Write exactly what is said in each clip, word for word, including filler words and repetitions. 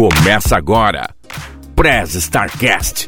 Começa agora, Prez Starcast.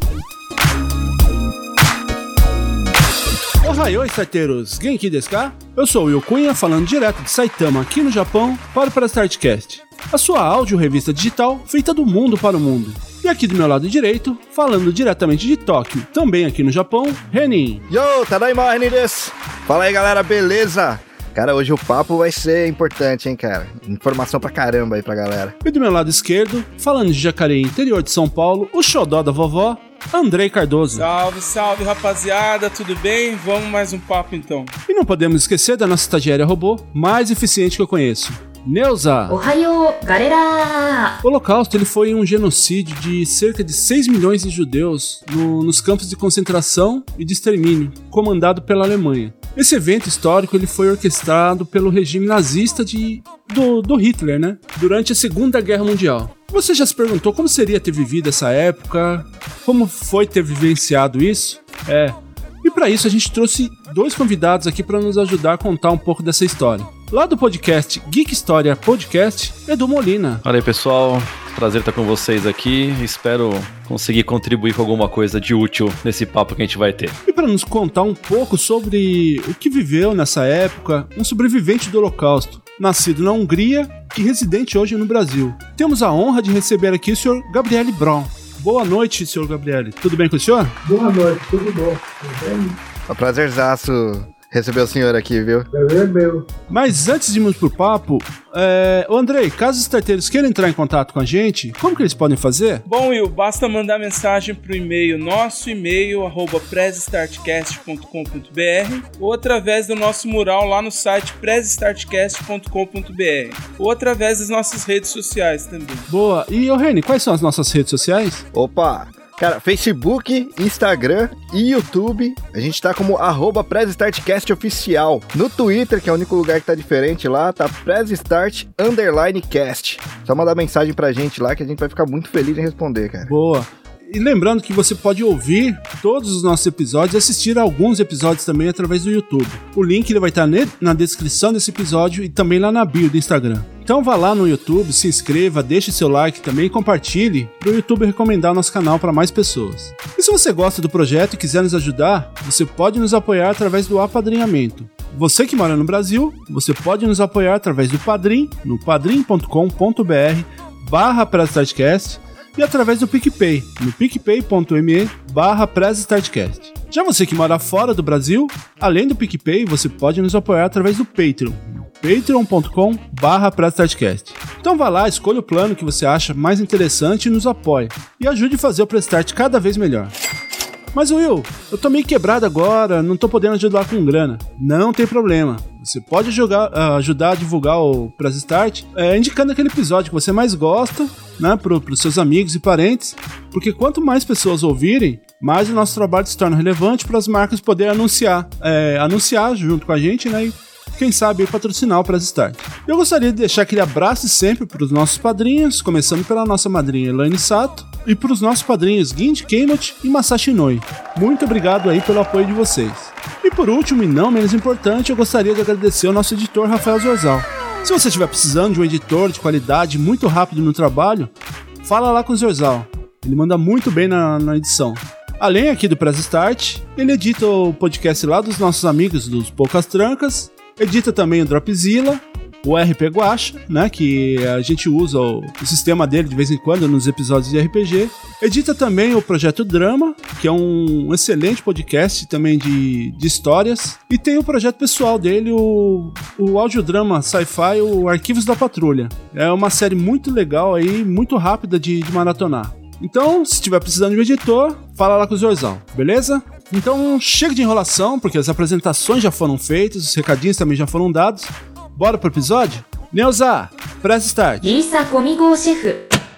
Ohayou, starteiros! Genki desu ka? Eu sou o Will Cunha, falando direto de Saitama, aqui no Japão, para o Prez Starcast, a sua áudio-revista digital feita do mundo para o mundo. E aqui do meu lado direito, falando diretamente de Tóquio, também aqui no Japão, Renin. Yo, tadaima, Renin desu! Fala aí, galera, beleza? Cara, hoje o papo vai ser importante, hein, cara? Informação pra caramba aí pra galera. E do meu lado esquerdo, falando de Jacareí, interior de São Paulo, o xodó da vovó, Andrei Cardoso. Salve, salve, rapaziada, tudo bem? Vamos mais um papo, então. E não podemos esquecer da nossa estagiária robô mais eficiente que eu conheço, Neuza. Ohayou, galera! O Holocausto ele foi um genocídio de cerca de seis milhões de judeus no, nos campos de concentração e de extermínio, comandado pela Alemanha. Esse evento histórico ele foi orquestrado pelo regime nazista de, do, do Hitler, né? Durante a Segunda Guerra Mundial. Você já se perguntou como seria ter vivido essa época? Como foi ter vivenciado isso? É. E para isso a gente trouxe dois convidados aqui para nos ajudar a contar um pouco dessa história. Lá do podcast Geek História Podcast, Edu Molina. Olha aí, pessoal. Prazer estar com vocês aqui. Espero conseguir contribuir com alguma coisa de útil nesse papo que a gente vai ter. E para nos contar um pouco sobre o que viveu nessa época, um sobrevivente do Holocausto, nascido na Hungria e residente hoje no Brasil. Temos a honra de receber aqui o senhor Gabriele Braun. Boa noite, senhor Gabriele. Tudo bem com o senhor? Boa noite, tudo bom. Tudo bem? É um prazerzaço receber o senhor aqui, viu? Prazer meu. Mas antes de irmos pro papo, é... ô Andrei, caso os starteiros queiram entrar em contato com a gente, como que eles podem fazer? Bom, Will, basta mandar mensagem pro e-mail, nosso e-mail, arroba prez startcast ponto com ponto b r, ou através do nosso mural lá no site prez startcast ponto com ponto b r, ou através das nossas redes sociais também. Boa. E, ô Reni, quais são as nossas redes sociais? Opa! Cara, Facebook, Instagram e YouTube, a gente tá como arroba Prez Startcast Oficial. No Twitter, que é o único lugar que tá diferente lá, tá Prez Start Underline Cast. Só mandar mensagem pra gente lá que a gente vai ficar muito feliz em responder, cara. Boa. E lembrando que você pode ouvir todos os nossos episódios e assistir a alguns episódios também através do YouTube. O link ele vai estar na descrição desse episódio e também lá na bio do Instagram. Então vá lá no YouTube, se inscreva, deixe seu like também e compartilhe para o YouTube recomendar o nosso canal para mais pessoas. E se você gosta do projeto e quiser nos ajudar, você pode nos apoiar através do apadrinhamento. Você que mora no Brasil, você pode nos apoiar através do Padrim, no padrim ponto com ponto b r barra Prez Startcast, e através do PicPay, no picpay.me barra Prez Startcast. Já você que mora fora do Brasil, além do PicPay, você pode nos apoiar através do Patreon, patreon ponto com barra Prez Startcast. Então vá lá, escolha o plano que você acha mais interessante e nos apoie. E ajude a fazer o Prez Start cada vez melhor. Mas Will, eu tô meio quebrado agora, não tô podendo ajudar com grana. Não tem problema. Você pode jogar, uh, ajudar a divulgar o Prez Start é, indicando aquele episódio que você mais gosta, né, pro, pros seus amigos e parentes, porque quanto mais pessoas ouvirem, mais o nosso trabalho se torna relevante para as marcas poderem anunciar, é, anunciar junto com a gente, né, e quem sabe patrocinar o Prez Start. Eu gostaria de deixar aquele abraço sempre para os nossos padrinhos, começando pela nossa madrinha Elaine Sato, e para os nossos padrinhos Ginji Keimochi e Masashi Noi. Muito obrigado aí pelo apoio de vocês. E por último, e não menos importante, eu gostaria de agradecer ao nosso editor Rafael Zorzal. Se você estiver precisando de um editor de qualidade muito rápido no trabalho, fala lá com o Zorzal. Ele manda muito bem na, na edição. Além aqui do Prez Start, ele edita o podcast lá dos nossos amigos dos Poucas Trancas, edita também o Dropzilla, o R P Guacha, né, que a gente usa o, o sistema dele de vez em quando nos episódios de R P G. Edita também o Projeto Drama, que é um excelente podcast também de, de histórias. E tem o projeto pessoal dele, o, o audiodrama sci-fi, o Arquivos da Patrulha. É uma série muito legal aí, muito rápida de, de maratonar. Então, se estiver precisando de um editor, fala lá com o Zorzal, beleza? Então, chega de enrolação, porque as apresentações já foram feitas, os recadinhos também já foram dados. Bora pro episódio? Neuza, Prez Start. Isa comigo, chefe.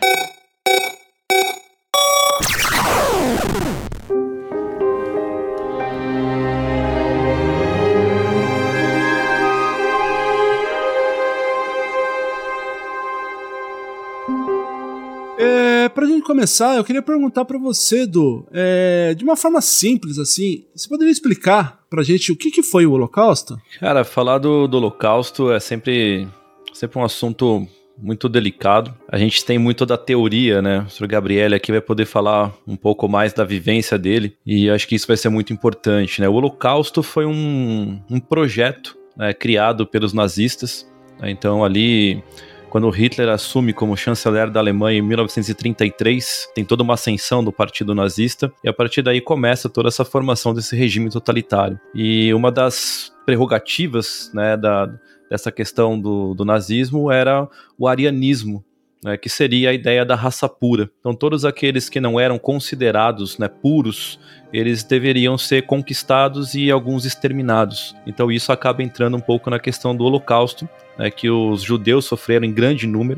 É, pra gente começar, eu queria perguntar pra você, Edu, é, de uma forma simples, assim, você poderia explicar pra gente o que, que foi o Holocausto? Cara, falar do, do Holocausto é sempre, sempre um assunto muito delicado. A gente tem muito da teoria, né? O senhor Gabriele aqui vai poder falar um pouco mais da vivência dele, e acho que isso vai ser muito importante, né? O Holocausto foi um, um projeto, né, criado pelos nazistas, né? Então ali, quando Hitler assume como chanceler da Alemanha em mil novecentos e trinta e três, tem toda uma ascensão do partido nazista, e a partir daí começa toda essa formação desse regime totalitário. E uma das prerrogativas, né, da, dessa questão do, do nazismo era o arianismo, né, que seria a ideia da raça pura. Então todos aqueles que não eram considerados, né, puros, eles deveriam ser conquistados e alguns exterminados. Então isso acaba entrando um pouco na questão do Holocausto, né, que os judeus sofreram em grande número,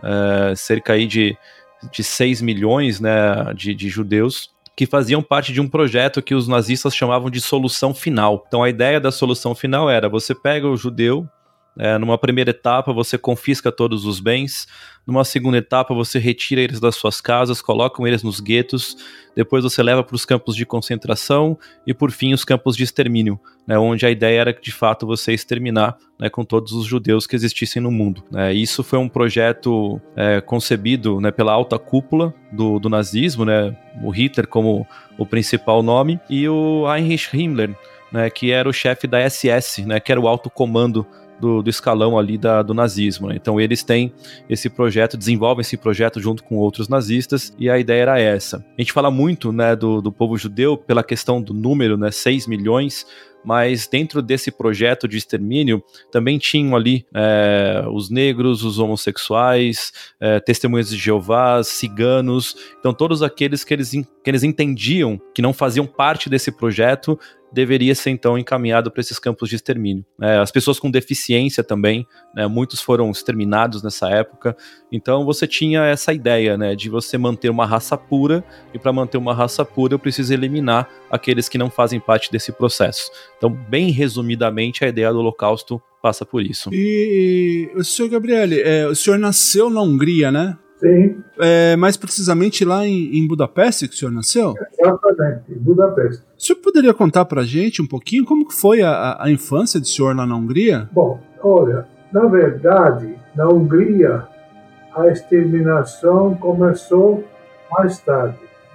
é, cerca aí de, de seis milhões, né, de, de judeus, que faziam parte de um projeto que os nazistas chamavam de solução final. Então a ideia da solução final era: você pega o judeu, É, numa primeira etapa você confisca todos os bens, numa segunda etapa você retira eles das suas casas, coloca eles nos guetos, depois você leva para os campos de concentração e por fim os campos de extermínio, né, onde a ideia era de fato você exterminar, né, com todos os judeus que existissem no mundo. É, isso foi um projeto é, concebido, né, pela alta cúpula do, do nazismo, né, o Hitler como o principal nome, e o Heinrich Himmler, né, que era o chefe da S S, né, que era o alto comando Do, do escalão ali da, do nazismo, né? Então eles têm esse projeto, desenvolvem esse projeto junto com outros nazistas, e a ideia era essa. A gente fala muito, né, do, do povo judeu pela questão do número, né, seis milhões, mas dentro desse projeto de extermínio também tinham ali é, os negros, os homossexuais, é, testemunhas de Jeová, ciganos, então todos aqueles que eles, que eles entendiam que não faziam parte desse projeto deveria ser então encaminhado para esses campos de extermínio. É, as pessoas com deficiência também, né, muitos foram exterminados nessa época, então você tinha essa ideia, né, de você manter uma raça pura, e para manter uma raça pura eu preciso eliminar aqueles que não fazem parte desse processo. Então, bem resumidamente, a ideia do Holocausto passa por isso. E, o senhor Gabriele, é, o senhor nasceu na Hungria, né? Sim. É, mais precisamente lá em, em Budapeste que o senhor nasceu? Exatamente, em Budapeste. O senhor poderia contar pra gente um pouquinho como que foi a, a infância do senhor lá na Hungria? Bom, olha, na verdade, na Hungria, a exterminação começou mais tarde.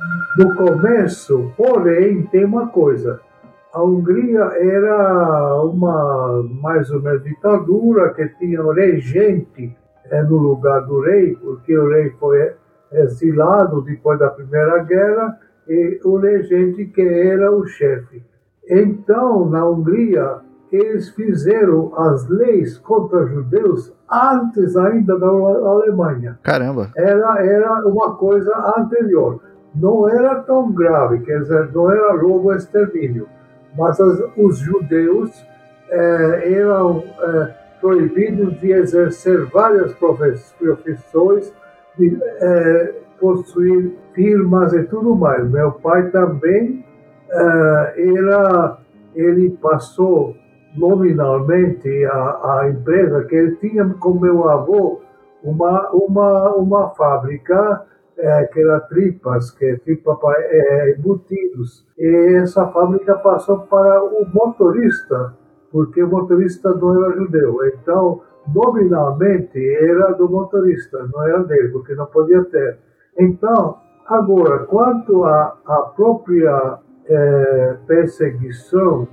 No começo, porém, tem uma coisa. A Hungria era uma, mais ou menos, ditadura que tinha um regente é, no lugar do rei, porque o rei foi exilado depois da Primeira Guerra, e o regente que era o chefe. Então, na Hungria, eles fizeram as leis contra judeus antes ainda da Alemanha. Caramba! Era, era uma coisa anterior. Não era tão grave, quer dizer, não era logo extermínio, mas as, os judeus eh, eram eh, proibidos de exercer várias profissões, de eh, possuir firmas e tudo mais. Meu pai também eh, era, ele passou nominalmente a, a empresa que ele tinha com meu avô uma, uma, uma fábrica É, que era tripas, que é tripa para é, embutidos. E essa fábrica passou para o motorista, porque o motorista não era judeu. Então, nominalmente, era do motorista, não era dele, porque não podia ter. Então, agora, quanto à, à própria é, perseguição,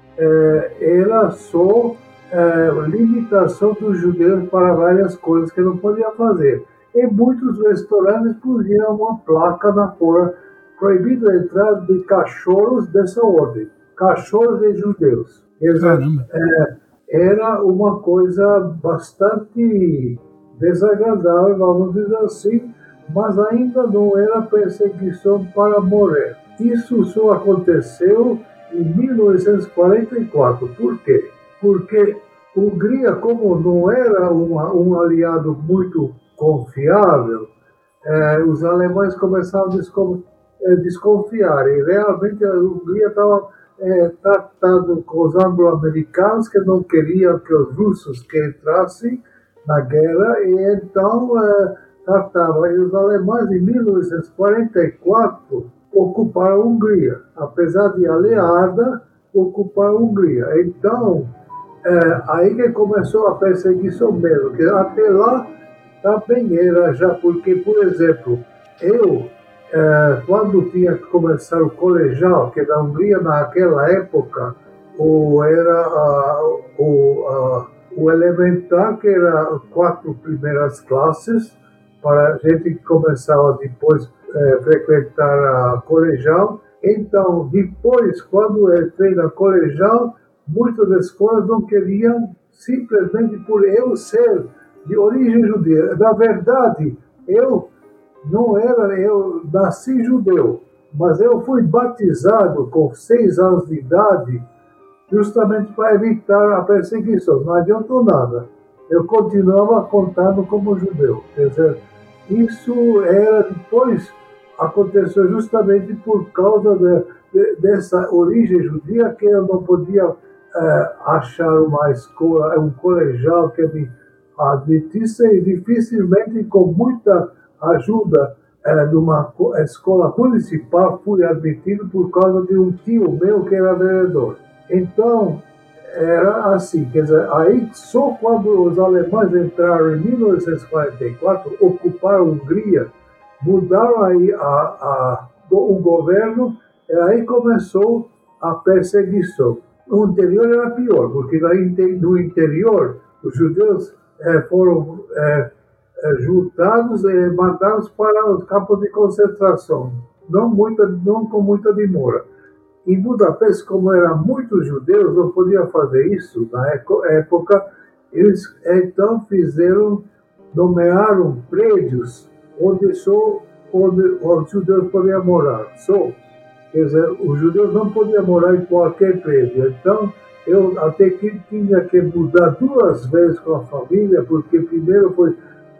é, era só é, limitação dos judeus para várias coisas que não podia fazer. E muitos restaurantes puseram uma placa na fora: proibido a entrada de cachorros dessa ordem, cachorros e judeus. Dizer, é, era uma coisa bastante desagradável, vamos dizer assim, mas ainda não era perseguição para morrer. Isso só aconteceu em mil novecentos e quarenta e quatro. Por quê? Porque a Hungria, como não era uma, um aliado muito confiável, eh, os alemães começaram a desconf, eh, desconfiar, e realmente a Hungria estava eh, tratando com os anglo-americanos, que não queriam que os russos que entrassem na guerra, e então eh, tratavam. E os alemães, em mil novecentos e quarenta e quatro, ocuparam a Hungria, apesar de aliada, ocuparam a Hungria. Então, eh, aí que começou a perseguição mesmo, que até lá também era já, porque, por exemplo, eu, eh, quando tinha que começar o colegial, que na Hungria, naquela época, o, era uh, o, uh, o elementar, que era quatro primeiras classes, para a gente que começava depois eh, frequentar a colegial. Então, depois, quando eu entrei na colegial, muitas escolas não queriam, simplesmente por eu ser de origem judia. Na verdade, eu não era, eu nasci judeu, mas eu fui batizado com seis anos de idade, justamente para evitar a perseguição. Não adiantou nada. Eu continuava contando como judeu. Quer dizer, isso era depois, aconteceu justamente por causa de, de, dessa origem judia, que eu não podia é, achar uma escola, um colegial que me admitisse, e dificilmente, com muita ajuda é, de uma escola municipal, fui admitido por causa de um tio meu que era vereador. Então, era assim, quer dizer, aí só quando os alemães entraram em mil novecentos e quarenta e quatro, ocuparam a Hungria, mudaram aí a, a, o governo, e aí começou a perseguição. No interior era pior, porque no interior os judeus eh, foram eh, juntados e mandados para os campos de concentração, não, muita, não com muita demora. Em Budapeste, como eram muitos judeus, não podiam fazer isso. Na época, eles então fizeram, nomearam prédios onde só onde os judeus podiam morar. Só, quer dizer, os judeus não podiam morar em qualquer prédio. Então, eu até que tinha que mudar duas vezes com a família, porque primeiro foi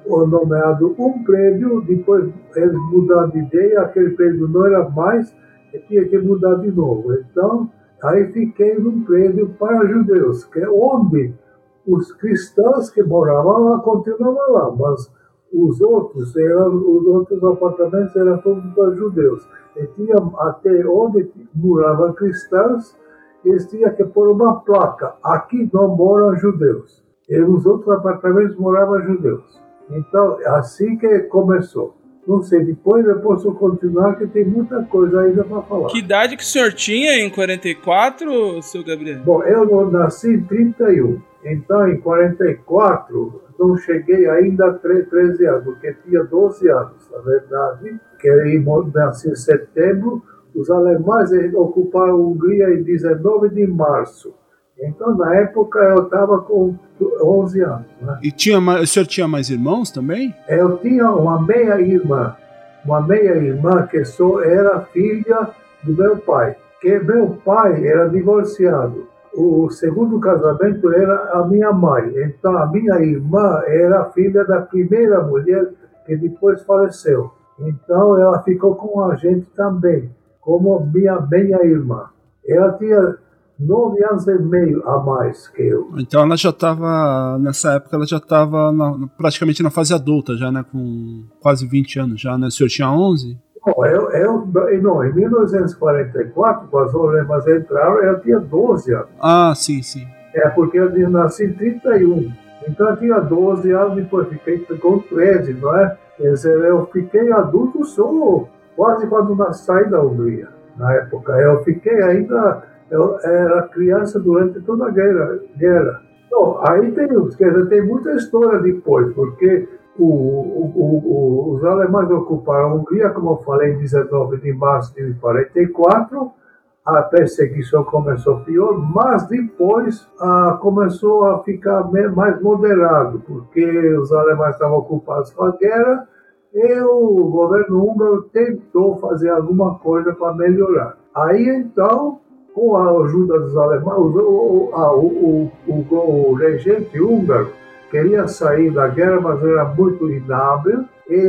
nomeado um prédio, depois eles mudaram de ideia, aquele prédio não era mais, e tinha que mudar de novo. Então, aí fiquei num prédio para judeus, que é onde os cristãos que moravam lá continuavam lá, mas os outros, eram, os outros apartamentos eram todos para judeus. E tinha até onde moravam cristãos, eles tinham que pôr uma placa: aqui não moram judeus. E nos outros apartamentos moravam judeus. Então, assim que começou. Não sei, depois eu posso continuar, que tem muita coisa ainda para falar. Que idade que o senhor tinha em quarenta e quatro, seu Gabriel? Bom, eu nasci em trinta e um. Então, em quarenta e quatro, não cheguei ainda a treze anos, porque tinha doze anos, na verdade. Que eu nasci em setembro. Os alemães ocuparam a Hungria em dezenove de março. Então, na época, eu estava com onze anos. Né? E tinha, o senhor tinha mais irmãos também? Eu tinha uma meia-irmã, uma meia-irmã que só era filha do meu pai. Que meu pai era divorciado. O segundo casamento era a minha mãe. Então, a minha irmã era filha da primeira mulher que depois faleceu. Então, ela ficou com a gente também, como minha meia-irmã. Ela tinha nove anos e meio a mais que eu. Então ela já estava, nessa época, ela já estava praticamente na fase adulta, já, né? Com quase vinte anos já, né? O senhor tinha onze? Não, eu, eu, não em mil novecentos e quarenta e quatro, quando os alemães entraram, eu tinha doze anos. Ah, sim, sim. É, porque eu nasci em trinta e um. Então eu tinha doze anos, depois fiquei com treze, não é? Quer dizer, eu fiquei adulto só quase quando saí da Hungria, na época. Eu fiquei ainda... Eu era criança durante toda a guerra. guerra. Então, aí tem, quer dizer, tem muita história depois, porque o, o, o, os alemães ocuparam a Hungria, como eu falei, em dezenove de março de quarenta e quatro. A perseguição começou pior, mas depois ah, começou a ficar mais moderado, porque os alemães estavam ocupados com a guerra e o governo húngaro tentou fazer alguma coisa para melhorar. Aí, então, com a ajuda dos alemães, o, o, o, o, o regente húngaro queria sair da guerra, mas era muito inábil,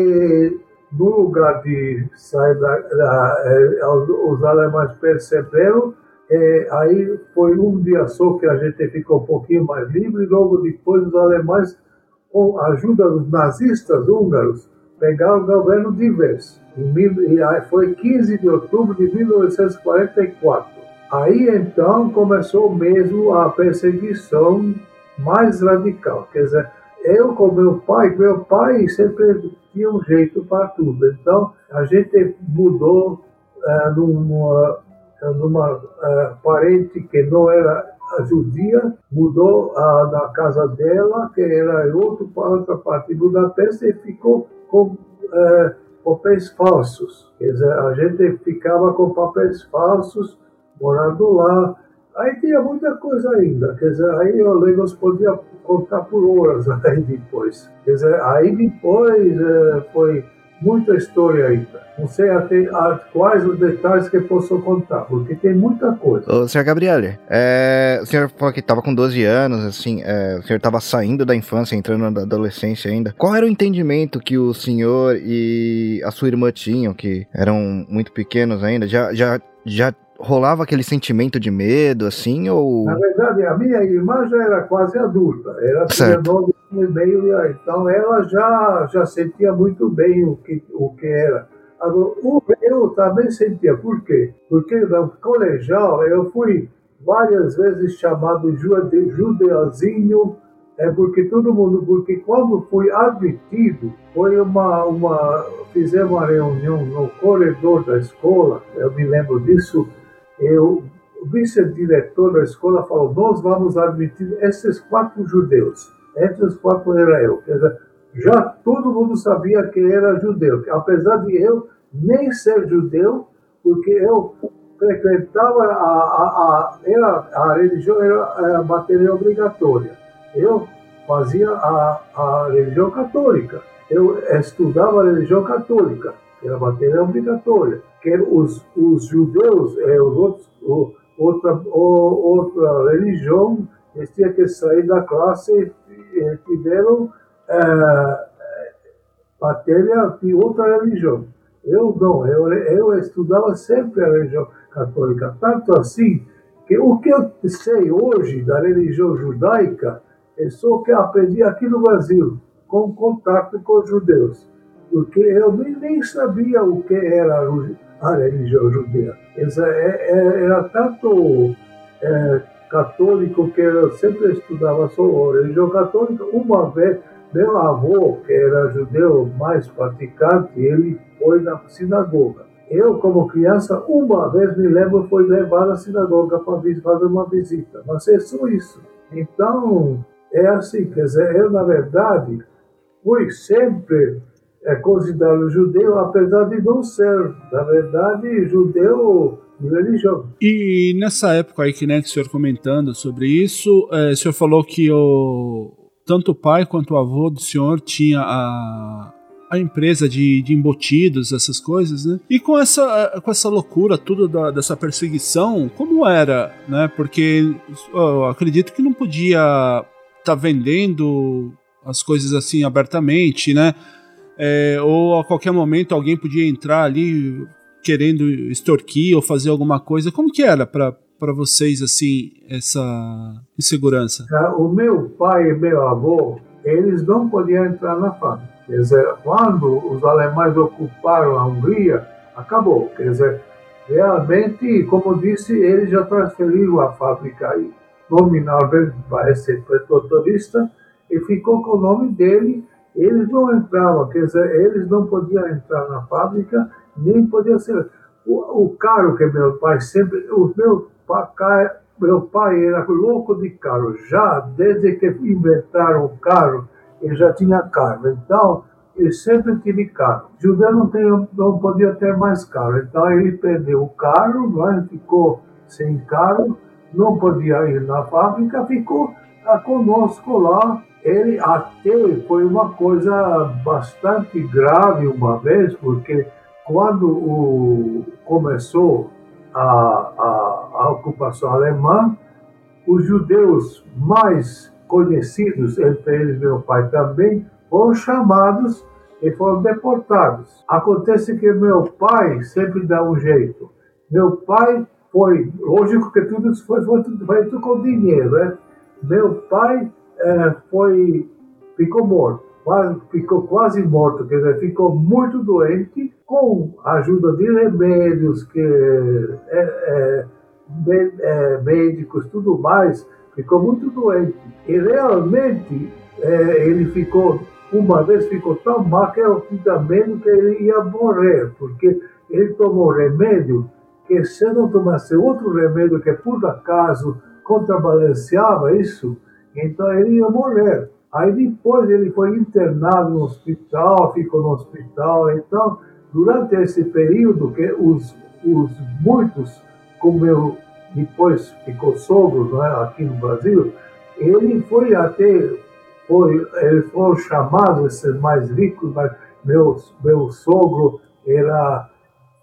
e no lugar de sair da, da os alemães perceberam, e aí foi um dia só que a gente ficou um pouquinho mais livre, e logo depois os alemães, com a ajuda dos nazistas húngaros, pegaram o governo de vez. E aí foi quinze de outubro de mil novecentos e quarenta e quatro. Aí, então, começou mesmo a perseguição mais radical. Quer dizer, eu com meu pai, meu pai sempre tinha um jeito para tudo. Então, a gente mudou uh, numa, numa uh, parente que não era judia, mudou uh, na casa dela, que era em outro, outra parte de Budapeste, e ficou com uh, papéis falsos. Quer dizer, a gente ficava com papéis falsos, morando lá. Aí tinha muita coisa ainda, quer dizer, aí eu nós podia contar por horas aí depois. Quer dizer, aí depois é, foi muita história ainda. Não sei até a, quais os detalhes que eu posso contar, porque tem muita coisa. Ô, senhor Gabriele, é, o senhor falou que estava com doze anos, assim, é, o senhor estava saindo da infância, entrando na adolescência ainda. Qual era o entendimento que o senhor e a sua irmã tinham, que eram muito pequenos ainda? Já, já, já rolava aquele sentimento de medo, assim, ou... Na verdade, a minha irmã já era quase adulta, era tinha nove anos e meio, então ela já, já sentia muito bem o que, o que era. Agora, o eu também sentia, por quê? Porque no colegial eu fui várias vezes chamado jude, judeuzinho, é porque todo mundo, porque quando fui admitido, foi uma, uma, fizemos uma reunião no corredor da escola, eu me lembro disso. Eu, o vice-diretor da escola falou, nós vamos admitir esses quatro judeus. Entre os quatro era eu. Quer dizer, já todo mundo sabia que era judeu. Apesar de eu nem ser judeu, porque eu frequentava, a, a, a, era, a religião era a matéria obrigatória. Eu fazia a, a religião católica. Eu estudava a religião católica, era matéria obrigatória. Que os, os judeus, é, os outros, o, outra, o, outra religião, eles tinham que sair da classe e tiveram é, matéria de outra religião. Eu não, eu, eu estudava sempre a religião católica, tanto assim que o que eu sei hoje da religião judaica é só o que eu aprendi aqui no Brasil, com contato com os judeus. Porque eu nem, nem sabia o que era a religião judia. Era tanto é, católico que eu sempre estudava só a religião católica. Uma vez, meu avô, que era judeu mais praticante, ele foi na sinagoga. Eu, como criança, uma vez me lembro, foi levar à sinagoga para fazer uma visita. Mas é só isso. Então, é assim, quer dizer, eu, na verdade, fui sempre é considerado judeu, apesar de não ser, na verdade, judeu de religião. E nessa época aí que, né, que o senhor comentando sobre isso, é, o senhor falou que o, tanto o pai quanto o avô do senhor tinha a, a empresa de, de embutidos, essas coisas, né? E com essa, com essa loucura tudo da, dessa perseguição, como era, né? Porque eu acredito que não podia estar tá vendendo as coisas assim abertamente, né? É, ou a qualquer momento alguém podia entrar ali querendo extorquir ou fazer alguma coisa. Como que era para vocês, assim, essa insegurança? O meu pai e meu avô, eles não podiam entrar na fábrica. Quer dizer, quando os alemães ocuparam a Hungria, acabou. Quer dizer, realmente, como disse, eles já transferiram a fábrica aí, nominalmente para esse motorista, e ficou com o nome dele. Eles não entravam, quer dizer, eles não podiam entrar na fábrica, nem podiam ser. O, o carro que meu pai sempre. O meu pai, meu pai era louco de carro, já desde que inventaram o carro, ele já tinha carro. Então, ele sempre teve carro. O judeu não, tem, não podia ter mais carro, então ele perdeu o carro, não é? Ficou sem carro, não podia ir na fábrica, ficou conosco lá. Ele até foi uma coisa bastante grave uma vez, porque quando o, começou a, a, a ocupação alemã, os judeus mais conhecidos, entre eles meu pai também, foram chamados e foram deportados. Acontece que meu pai sempre dá um jeito. Meu pai foi, lógico que tudo isso foi feito com dinheiro, né? Meu pai É, foi, ficou morto, ficou quase morto, quer dizer, ficou muito doente, com a ajuda de remédios, que, é, é, é, médicos, tudo mais, ficou muito doente. E realmente é, ele ficou, uma vez ficou tão mal que eu tinha medo que ele ia morrer, porque ele tomou remédio que se não tomasse outro remédio que por acaso contrabalanceava isso, então ele ia morrer. Aí depois ele foi internado no hospital, ficou no hospital. Então, durante esse período que os, os muitos, como eu depois ficou sogro, não é, aqui no Brasil, ele foi até, foi, eles foram chamados, esses mais ricos, mas meu, meu sogro era,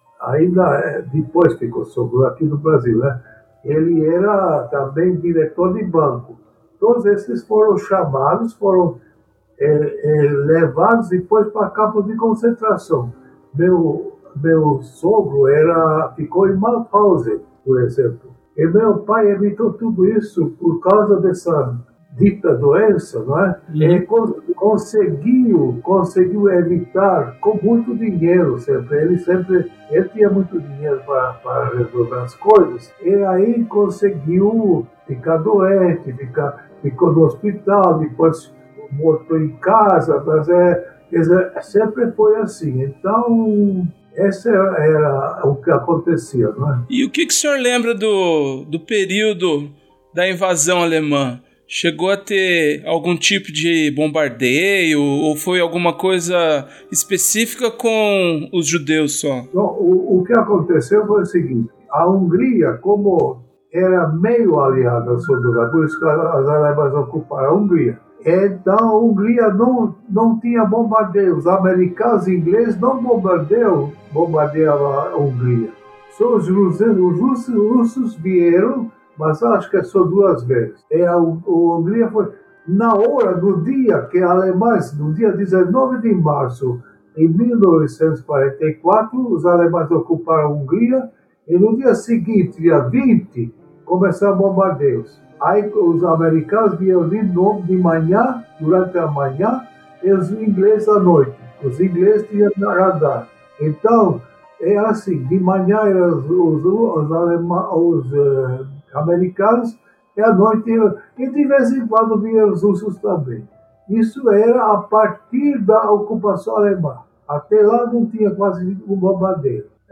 ainda depois ficou sogro aqui no Brasil, né? Ele era também diretor de banco. Todos esses foram chamados, foram é, é, levados depois para campos de concentração. Meu, meu sogro era, ficou em Mauthausen, por exemplo. E meu pai evitou tudo isso por causa dessa dita doença, não é? Uhum. E cons conseguiu, conseguiu evitar com muito dinheiro sempre. Ele sempre, ele tinha muito dinheiro para, para resolver as coisas. E aí conseguiu ficar doente, ficar, ficou no hospital, depois voltou em casa, mas é, é, sempre foi assim. Então, esse era o que acontecia, não é? E o que, que o senhor lembra do, do período da invasão alemã? Chegou a ter algum tipo de bombardeio ou foi alguma coisa específica com os judeus só? Não, o, o que aconteceu foi o seguinte: a Hungria, como era meio aliada aos soviéticos, por isso que as alemãs ocuparam a Hungria. Então a Hungria não, não tinha bombardeio. Os americanos e ingleses não bombardeiam, bombardeiavam a Hungria. Só os russos, os russos, os russos vieram, mas acho que é só duas vezes. E a, a Hungria foi, na hora, no dia que a alemães, no dia dezenove de março de mil novecentos e quarenta e quatro, os alemães ocuparam a Hungria, e no dia seguinte, dia vinte, começaram bombardeios. Aí os americanos vieram de novo de manhã, durante a manhã, e os ingleses à noite. Os ingleses tinham radar. Então, é assim, de manhã eram os, os, os, alemã, os uh, americanos, e à noite, e de vez em quando vinham os russos também. Isso era a partir da ocupação alemã. Até lá não tinha quase um bombardeio. E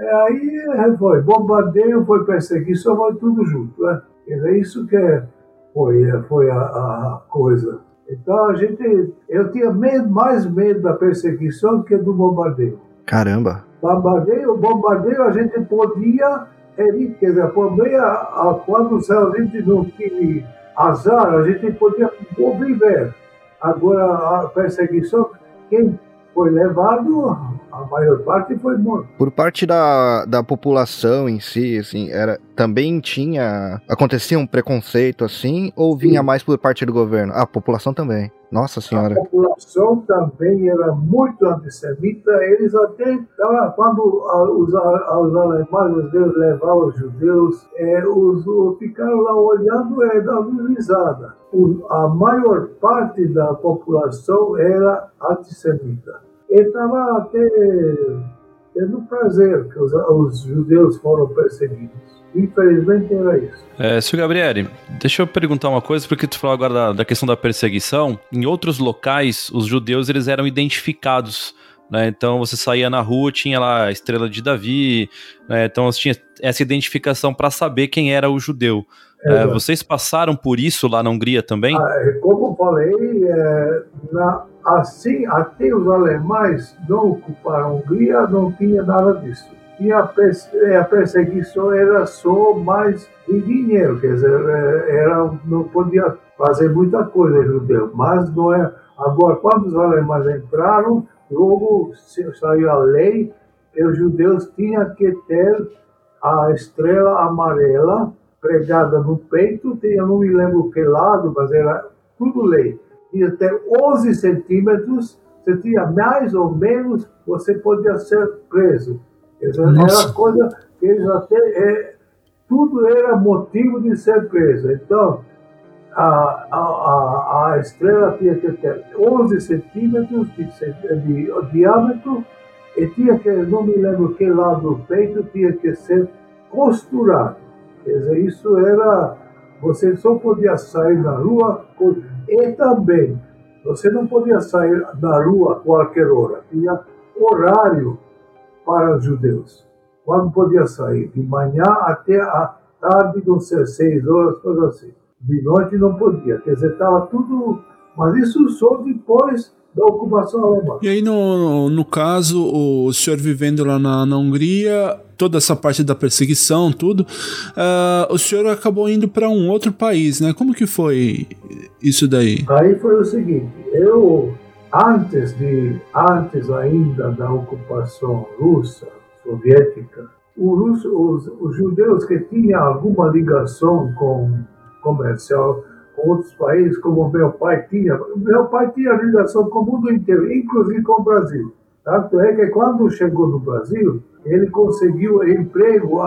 aí foi bombardeio, foi perseguição, foi tudo junto. Né? É isso que foi, foi a, a coisa. Então a gente, eu tinha medo, mais medo da perseguição que do bombardeio. Caramba! Bombardeio, bombardeio a gente podia, quer dizer, por meio a, a, quando a gente não tinha azar, a gente podia viver. Agora a perseguição, quem foi levado, a maior parte foi morto. Por parte da, da população em si, assim, era, também tinha, acontecia um preconceito assim, ou vinha Sim. mais por parte do governo? Ah, a população também. Nossa senhora. A população também era muito antissemita. Eles até, quando os, os alemães levavam os judeus, é, os, os, ficaram lá olhando e dando risada. O, a maior parte da população era antissemita. E estava até tendo prazer que os, os judeus foram perseguidos. Infelizmente era isso. É, senhor Gabriele, deixa eu perguntar uma coisa, porque tu falou agora da, da questão da perseguição. Em outros locais, os judeus eles eram identificados, né? Então você saía na rua, tinha lá a estrela de Davi, né? Então você tinha essa identificação para saber quem era o judeu. É, vocês passaram por isso lá na Hungria também? Ah, como eu falei, é, na, assim, até os alemães não ocuparam a Hungria, não tinha nada disso. E a, a perseguição era só mais de dinheiro, quer dizer, era, não podia fazer muita coisa judeu, mas não é. Agora, quando os alemães entraram, logo saiu a lei que os judeus tinham que ter a estrela amarela pregada no peito, tinha, não me lembro que lado, mas era tudo lei. Tinha até onze centímetros, você tinha mais ou menos, você podia ser preso. Era coisa que eles até, é, tudo era motivo de ser preso. Então, a, a, a, a estrela tinha que ter onze centímetros de, de, de diâmetro e tinha que, não me lembro que lado do peito, tinha que ser costurado. Quer dizer, isso era, você só podia sair na rua, e também Você não podia sair na rua a qualquer hora. Tinha horário para os judeus. Quando podia sair? De manhã até a tarde, não sei, seis horas, coisa assim. De noite não podia. Quer dizer, estava tudo... Mas isso só depois da ocupação alemã. E aí, no, no caso, o senhor vivendo lá na, na Hungria, toda essa parte da perseguição, tudo, uh, o senhor acabou indo para um outro país, né? Como que foi isso daí? Aí foi o seguinte, eu, antes, de, antes ainda da ocupação russa, soviética, o russo, os, os judeus que tinham alguma ligação com comercial com outros países, como meu pai tinha. Meu pai tinha ligação com o mundo inteiro, inclusive com o Brasil. Tanto é que quando chegou no Brasil, ele conseguiu emprego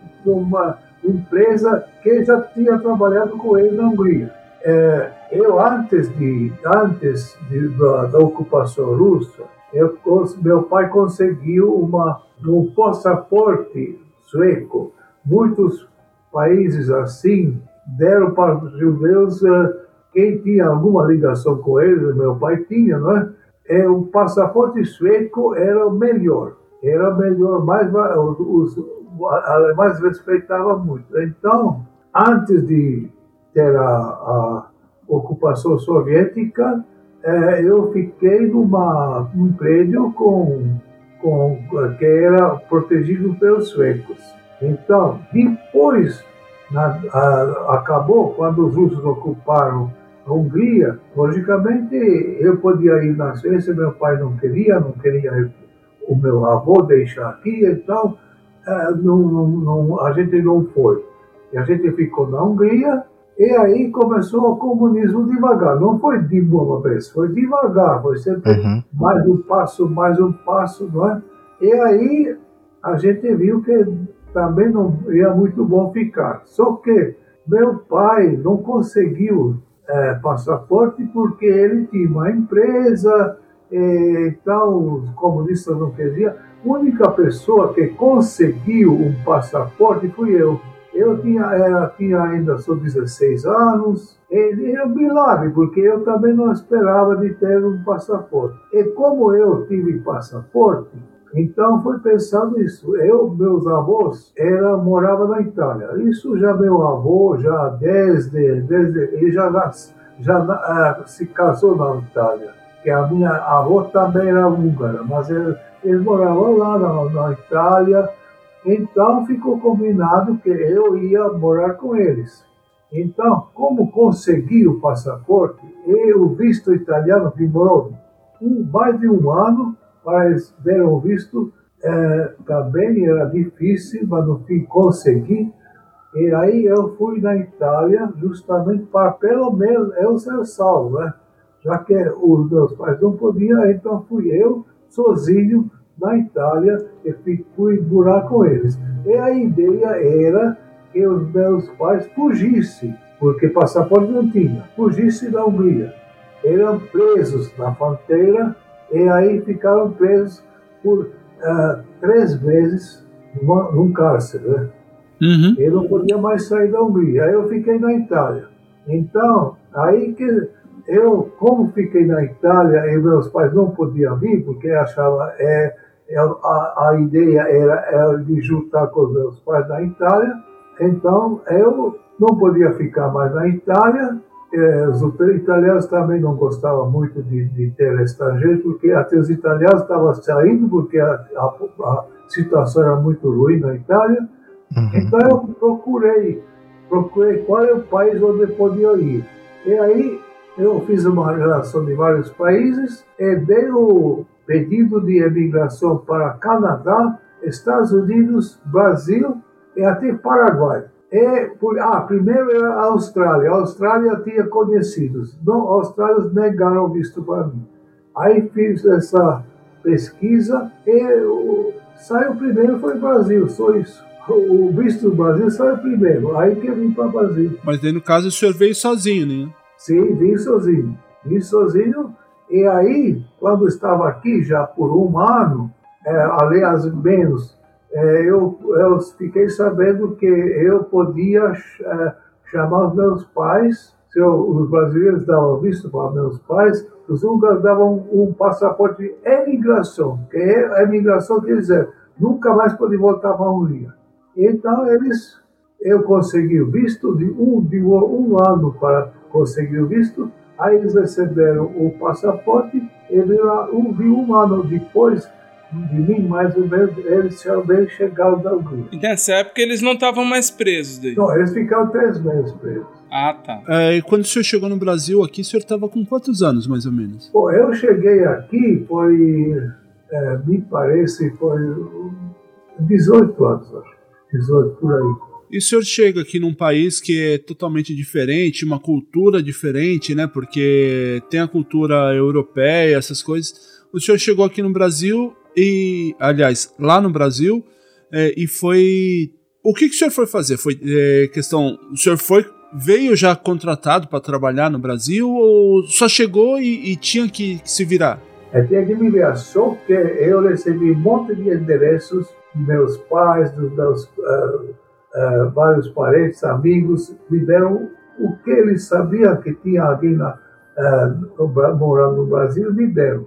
numa empresa que já tinha trabalhado com ele na Hungria. É, eu, antes, de, antes de, da, da ocupação russa, eu, meu pai conseguiu uma, um passaporte sueco. Muitos países assim deram para os judeus, quem tinha alguma ligação com eles, meu pai tinha, não é? É, o passaporte sueco era o melhor, era melhor, mais, os, os alemães respeitavam muito. Então, antes de ter a, a ocupação soviética, é, eu fiquei numa, num prédio com, com, que era protegido pelos suecos. Então, depois Na, a, acabou quando os russos ocuparam a Hungria. Logicamente, eu podia ir na Suécia, meu pai não queria, não queria o meu avô deixar aqui, então é, não, não, não, a gente não foi. E a gente ficou na Hungria, e aí começou o comunismo devagar. Não foi de uma vez, foi devagar, foi sempre uhum. mais um passo, mais um passo, não é? E aí a gente viu que também não ia muito bom ficar. Só que meu pai não conseguiu é, passaporte porque ele tinha uma empresa, e, então os comunistas não queriam. A única pessoa que conseguiu um passaporte fui eu. Eu tinha, era, tinha ainda só dezesseis anos, e era um milagre, porque eu também não esperava de ter um passaporte. E como eu tive passaporte, então foi pensado isso. Eu, meus avós, era, morava na Itália. Isso já meu avô, já desde, desde ele já, já uh, se casou na Itália. Que a minha avó também era húngara, mas eles, eles moravam lá na, na Itália. Então ficou combinado que eu ia morar com eles. Então, como consegui o passaporte, e o visto italiano demorou um, mais de um ano, para eles verem o visto, é, também era difícil, mas no fim consegui. E aí eu fui na Itália justamente para pelo menos eu ser salvo, né? Já que os meus pais não podiam, então fui eu sozinho na Itália e fui morar com eles. E a ideia era que os meus pais fugissem, porque passaporte não tinha, fugissem da Hungria. Eram presos na fronteira, e aí ficaram presos por uh, três meses numa, num cárcere, né? Uhum. Eu não podia mais sair da Hungria. Aí eu fiquei na Itália. Então, aí que eu, como fiquei na Itália e meus pais não podiam vir, porque achava é, é, a, a ideia era, era de juntar com os meus pais na Itália, então eu não podia ficar mais na Itália. É, os italianos também não gostavam muito de, de ter estrangeiros, porque até os italianos estavam saindo, porque a, a, a situação era muito ruim na Itália. Uhum. Então eu procurei, procurei qual é o país onde eu podia ir. E aí eu fiz uma relação de vários países e dei o pedido de imigração para Canadá, Estados Unidos, Brasil e até Paraguai. E, por, ah, primeiro era a Austrália. A Austrália tinha conhecidos. Não, a Austrália negaram o visto para mim. Aí fiz essa pesquisa e o, saiu primeiro foi o Brasil, só isso. O visto do Brasil saiu primeiro. Aí que eu vim para o Brasil. Mas daí no caso o senhor veio sozinho, né? Sim, vim sozinho. Vim sozinho. E aí, quando estava aqui já por um ano, é, aliás, menos, É, eu, eu fiquei sabendo que eu podia é, chamar os meus pais Se eu, os brasileiros davam visto para meus pais, os húngaros davam um passaporte de emigração, que é emigração quer dizer, nunca mais pode voltar para a Hungria. Então, eles, eu consegui o visto de um, de um ano para conseguir o visto, aí eles receberam o passaporte, e um, de um ano depois de mim, mais ou menos, eles também chegaram da Hungria. E nessa época eles não estavam mais presos daí? Não, eles ficaram três meses presos. Ah, tá. É, e quando o senhor chegou no Brasil aqui, o senhor estava com quantos anos, mais ou menos? Bom, eu cheguei aqui, foi, é, me parece, foi dezoito anos, acho. dezoito, por aí. E o senhor chega aqui num país que é totalmente diferente, uma cultura diferente, né? Porque tem a cultura europeia, essas coisas. O senhor chegou aqui no Brasil e, aliás, lá no Brasil, é, e foi... O que, que o senhor foi fazer? Foi é, questão... O senhor foi, veio já contratado para trabalhar no Brasil ou só chegou e, e tinha que, que se virar? Eu tinha que me virar, só que eu recebi um monte de endereços de meus pais, dos meus... Uh, Uh, vários parentes, amigos, me deram o que eles sabiam que tinha alguém na, uh, morando no Brasil, me deram.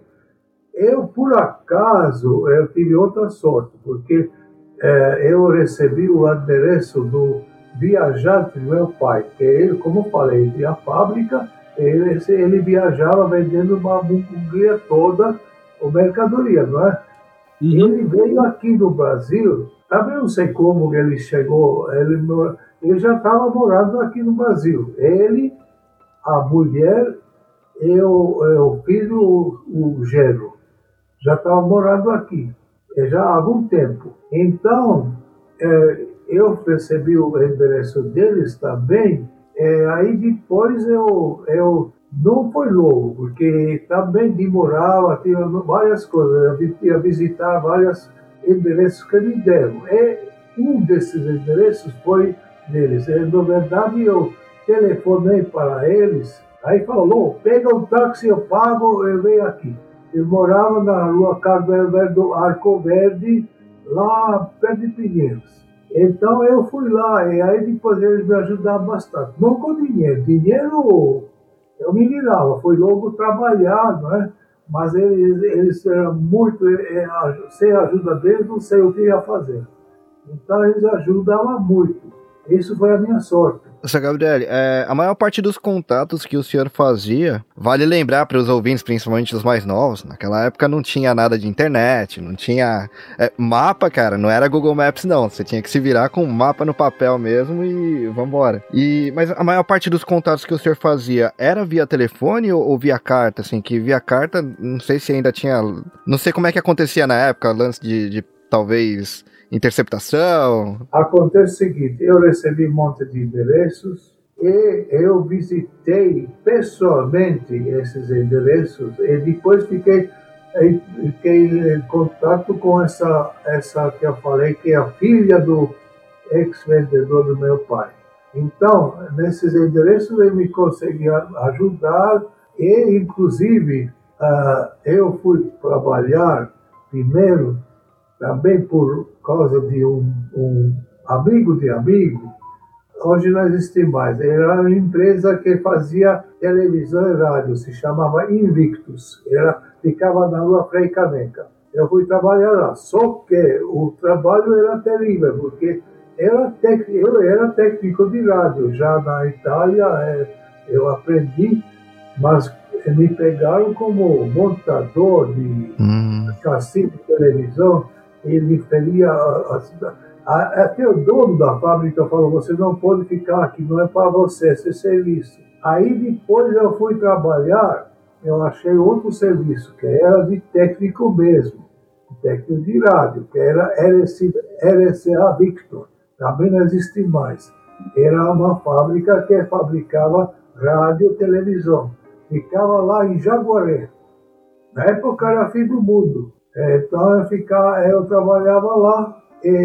Eu, por acaso, eu tive outra sorte, porque uh, eu recebi o endereço do viajante do meu pai, que ele, como eu falei, tinha fábrica, ele, ele viajava vendendo uma Hungria toda, a mercadoria, não é? Uhum. Ele veio aqui no Brasil. Também não sei como ele chegou, ele, ele já estava morando aqui no Brasil. Ele, a mulher e o filho, o, o genro, já estavam morando aqui, já há algum tempo. Então, é, eu recebi o endereço deles também, é, aí depois eu, eu não foi logo, porque também demorava, tinha várias coisas, eu ia visitar várias endereços que me deram. E um desses endereços foi deles. E, na verdade, eu telefonei para eles, aí falou, pega um táxi, eu pago, eu venho aqui. Eu morava na rua Carlos Arco Verde, lá perto de Pinheiros. Então eu fui lá, e aí depois eles me ajudaram bastante. Não com dinheiro, dinheiro eu me virava, foi logo trabalhar, não é? Mas eles, eles eram muito, sem a ajuda deles, não sei o que ia fazer. Então eles ajudavam muito. Isso foi a minha sorte. Seu Gabriel, é, a maior parte dos contatos que o senhor fazia, vale lembrar para os ouvintes, principalmente os mais novos, naquela época não tinha nada de internet, não tinha é, mapa, cara, não era Google Maps não, você tinha que se virar com mapa no papel mesmo e vambora. E, mas a maior parte dos contatos que o senhor fazia era via telefone ou, ou via carta, assim, que via carta, não sei se ainda tinha, não sei como é que acontecia na época, lance de, de talvez... interceptação? Acontece o seguinte, eu recebi um monte de endereços e eu visitei pessoalmente esses endereços e depois fiquei, fiquei em contato com essa, essa que eu falei, que é a filha do ex-vendedor do meu pai. Então, nesses endereços ele me conseguia ajudar e, inclusive, uh, eu fui trabalhar primeiro também por causa de um, um amigo de amigo, hoje não existe mais. Era uma empresa que fazia televisão e rádio, se chamava Invictus. Ela ficava na rua Frei Caneca. Eu fui trabalhar lá, só que o trabalho era terrível, porque era tec... eu era técnico de rádio. Já na Itália eu aprendi, mas me pegaram como montador de hum. cassino de televisão. Ele feria a, a, a, até o dono da fábrica falou, você não pode ficar aqui, não é para você, esse serviço. Aí depois eu fui trabalhar, eu achei outro serviço, que era de técnico mesmo, técnico de rádio, que era R C A Victor, também não existe mais. Era uma fábrica que fabricava rádio e televisão. Ficava lá em Jaguaré. Na época era fim do mundo. Então eu, ficava, eu trabalhava lá,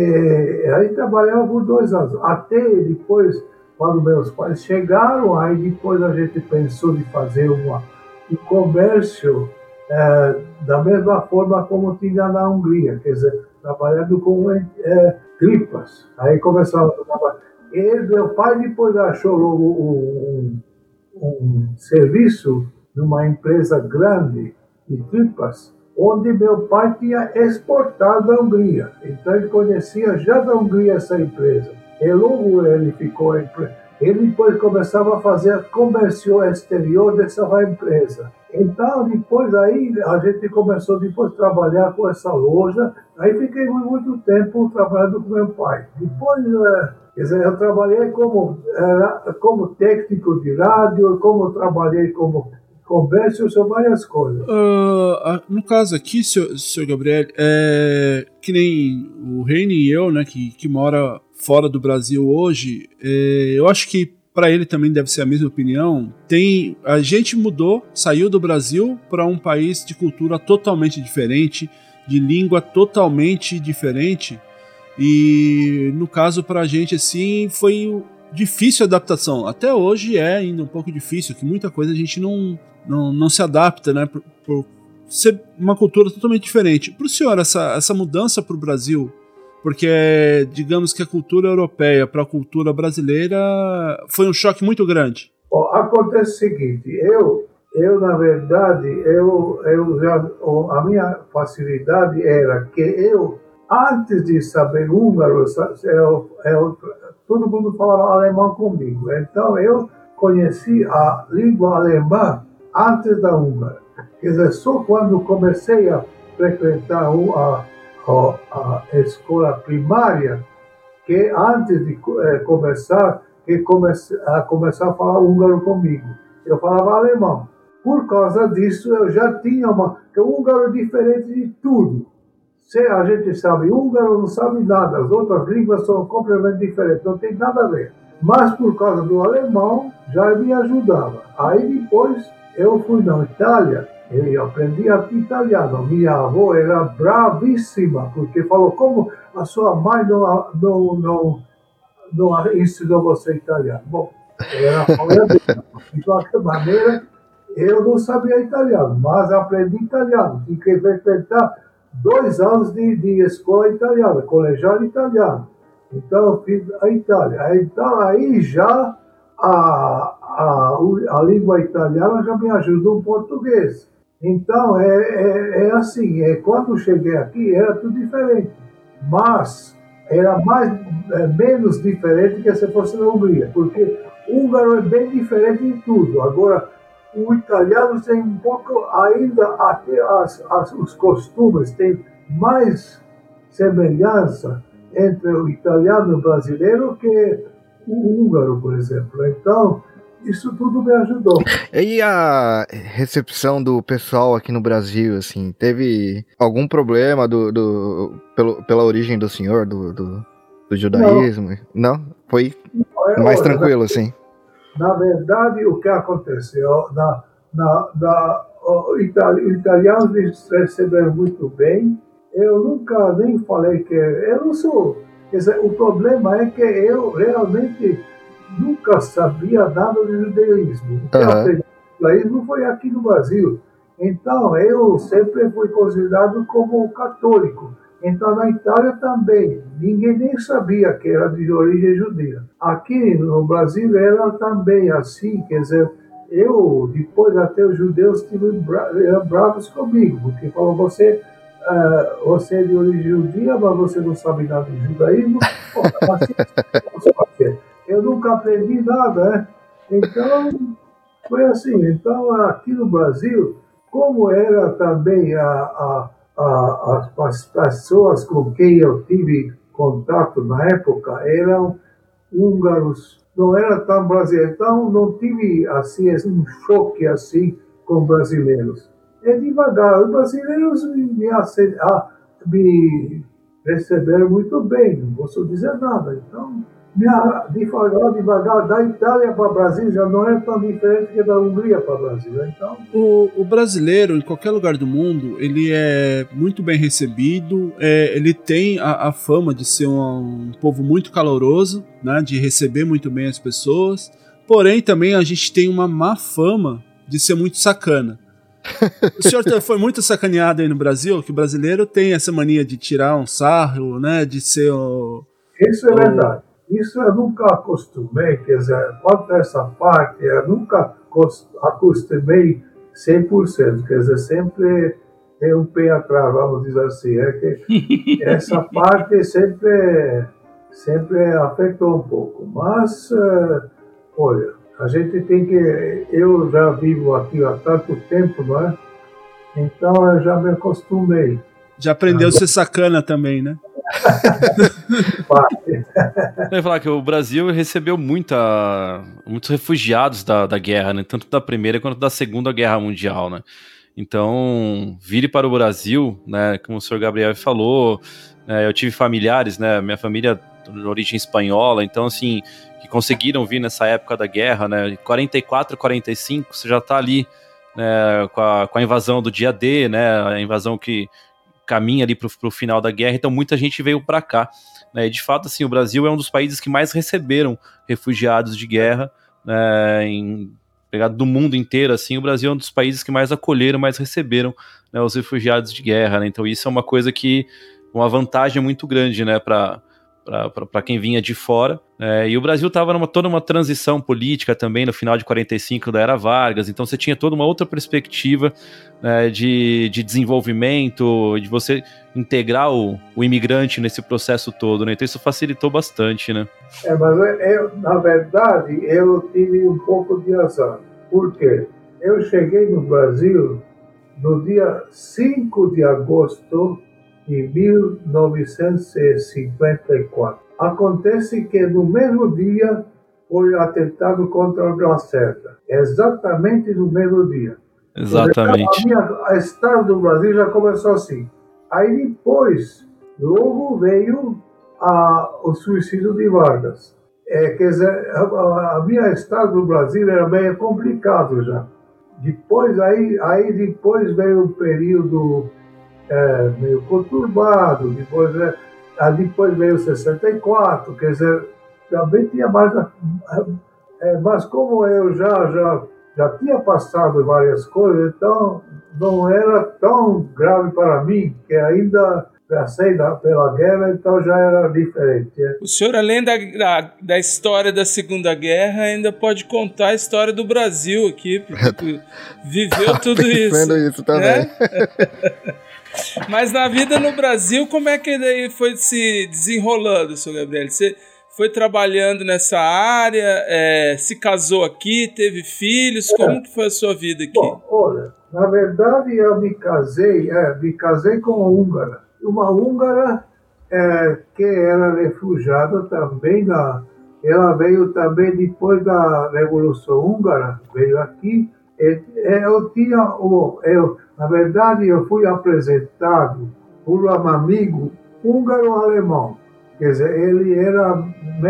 e aí trabalhava por dois anos. Até depois, quando meus pais chegaram, aí depois a gente pensou de fazer uma, um comércio é, da mesma forma como tinha na Hungria, quer dizer, trabalhando com é, tripas. Aí começava a trabalhar. E meu pai depois achou logo um, um serviço numa empresa grande de tripas, onde meu pai tinha exportado da Hungria. Então ele conhecia já da Hungria essa empresa. E logo ele ficou... Ele depois começava a fazer comércio exterior dessa empresa. Então, depois aí, a gente começou depois a trabalhar com essa loja. Aí fiquei muito tempo trabalhando com meu pai. Depois, quer dizer, eu trabalhei como, como técnico de rádio, como trabalhei como comércio, são várias coisas. Uh, no caso aqui, senhor, senhor Gabriel, é que nem o Reine e eu, né, que, que mora fora do Brasil hoje, é, eu acho que para ele também deve ser a mesma opinião. Tem, a gente mudou, saiu do Brasil para um país de cultura totalmente diferente, de língua totalmente diferente, e no caso para a gente assim foi difícil a adaptação. Até hoje é ainda um pouco difícil, que muita coisa a gente não, não, não se adapta, né, por, por ser uma cultura totalmente diferente. Para o senhor, essa, essa mudança para o Brasil, porque digamos que a cultura europeia para a cultura brasileira foi um choque muito grande. Bom, acontece o seguinte, eu, eu na verdade, eu, eu já, a minha facilidade era que eu, antes de saber húngaro, eu, eu, todo mundo falava alemão comigo. Então eu conheci a língua alemã antes da húngara. Quer dizer, só quando comecei a frequentar a a escola primária, que antes de eh, começar, que comece, a começar a falar húngaro comigo. Eu falava alemão. Por causa disso, eu já tinha uma... Porque o húngaro é diferente de tudo. Se a gente sabe húngaro, não sabe nada. As outras línguas são completamente diferentes, não tem nada a ver. Mas por causa do alemão, já me ajudava. Aí depois, eu fui na Itália, eu aprendi italiano. Minha avó era bravíssima, porque falou, como a sua mãe não, não, não, não ensinou você italiano? Bom, era de qualquer maneira, eu não sabia italiano, mas aprendi italiano. Tive que frequentar dois anos de, de escola italiana, colegial italiano. Então, eu fiz a Itália. Então, aí já a, a, a língua italiana já me ajudou o português. Então, é, é, é assim, é, quando cheguei aqui era tudo diferente, mas era mais, é, menos diferente que se fosse na Hungria, porque o húngaro é bem diferente de tudo. Agora, o italiano tem um pouco, ainda até as, as, os costumes, tem mais semelhança entre o italiano e o brasileiro que o húngaro, por exemplo. Então, isso tudo me ajudou. E a recepção do pessoal aqui no Brasil, assim, teve algum problema do, do, pelo, pela origem do senhor, do, do, do judaísmo? Não? Não? Foi Não, mais olha, tranquilo, assim? Na verdade, o que aconteceu, na, na, na, os italianos me receberam muito bem. Eu nunca nem falei que... Eu não sou... Quer dizer, o problema é que eu realmente... nunca sabia nada do judaísmo. O que eu aprendi do judaísmo foi aqui no Brasil. Então, eu sempre fui considerado como católico. Então, na Itália também, ninguém nem sabia que era de origem judia. Aqui no Brasil era também assim, quer dizer, eu, depois até os judeus eram bravos comigo, porque falaram, você, uh, você é de origem judia, mas você não sabe nada de judaísmo. Pô, assim, posso fazer? Eu nunca aprendi nada, né? Então, foi assim. Então, aqui no Brasil, como era também a, a, a, as pessoas com quem eu tive contato na época, eram húngaros, não era tão brasileiro. Então, não tive assim, um choque assim com brasileiros. E devagar, os brasileiros me, me, me receberam muito bem, não posso dizer nada. Então, devagar, devagar, da Itália para o Brasil já não é tão diferente que da Hungria para o Brasil. Então... O, o brasileiro, em qualquer lugar do mundo, ele é muito bem recebido, é, ele tem a, a fama de ser um, um povo muito caloroso, né, de receber muito bem as pessoas, porém também a gente tem uma má fama de ser muito sacana. O senhor foi muito sacaneado aí no Brasil, que o brasileiro tem essa mania de tirar um sarro, né, de ser o... Isso é o... verdade. Isso eu nunca acostumei, quer dizer, quanto a essa parte, eu nunca acostumei cem por cento, quer dizer, sempre tem um pé atrás, vamos dizer assim. É que essa parte sempre, sempre afetou um pouco. Mas, uh, olha, a gente tem que... Eu já vivo aqui há tanto tempo, não é? Então eu já me acostumei. Já aprendeu a ser sacana também, né? Eu ia falar que o Brasil recebeu muita, muitos refugiados da, da guerra, né? Tanto da Primeira quanto da Segunda Guerra Mundial, né? Então, vire para o Brasil, né? Como o senhor Gabriel falou, né, eu tive familiares, né? Minha família de origem espanhola, então, assim, que conseguiram vir nessa época da guerra, né? quarenta e quatro, quarenta e cinco, você já está ali, né, com, a, com a invasão do dia D, né? A invasão que caminha ali para o final da guerra, então muita gente veio para cá, né, e de fato, assim, o Brasil é um dos países que mais receberam refugiados de guerra, né, em, pegado do mundo inteiro, assim, o Brasil é um dos países que mais acolheram, mais receberam, né, os refugiados de guerra, né, então isso é uma coisa que, uma vantagem muito grande, né, para para quem vinha de fora, é, e o Brasil estava numa toda uma transição política também no final de quarenta e cinco da era Vargas, então você tinha toda uma outra perspectiva, né, de, de desenvolvimento, de você integrar o, o imigrante nesse processo todo, né? Então isso facilitou bastante, né? É, mas eu, na verdade, eu tive um pouco de azar. Por quê? Eu cheguei no Brasil no dia cinco de agosto de mil novecentos e cinquenta e quatro. Acontece que no mesmo dia foi atentado contra o Lacerda. Exatamente no mesmo dia. Exatamente. A minha a história do Brasil já começou assim. Aí depois, logo veio a, o suicídio de Vargas. É, quer dizer, a, a minha história do Brasil era meio complicado já. Depois, aí, aí depois veio um período É, meio conturbado, depois, é, depois veio sessenta e quatro, quer dizer, também tinha mais, é, mas como eu já, já, já tinha passado várias coisas, então não era tão grave para mim, que ainda passei da, pela guerra, então já era diferente. É. O senhor, além da, da, da história da Segunda Guerra, ainda pode contar a história do Brasil aqui, porque viveu tudo isso. Vendo isso também. Né? Mas na vida no Brasil, como é que daí foi se desenrolando, senhor Gabriel? Você foi trabalhando nessa área, é, se casou aqui, teve filhos, como que foi a sua vida aqui? Bom, olha, na verdade eu me casei, é, me casei com uma húngara. Uma húngara é, que era refugiada também, na, ela veio também depois da Revolução Húngara, veio aqui. Eu tinha, eu, na verdade, eu fui apresentado por um amigo húngaro-alemão. Quer dizer, ele era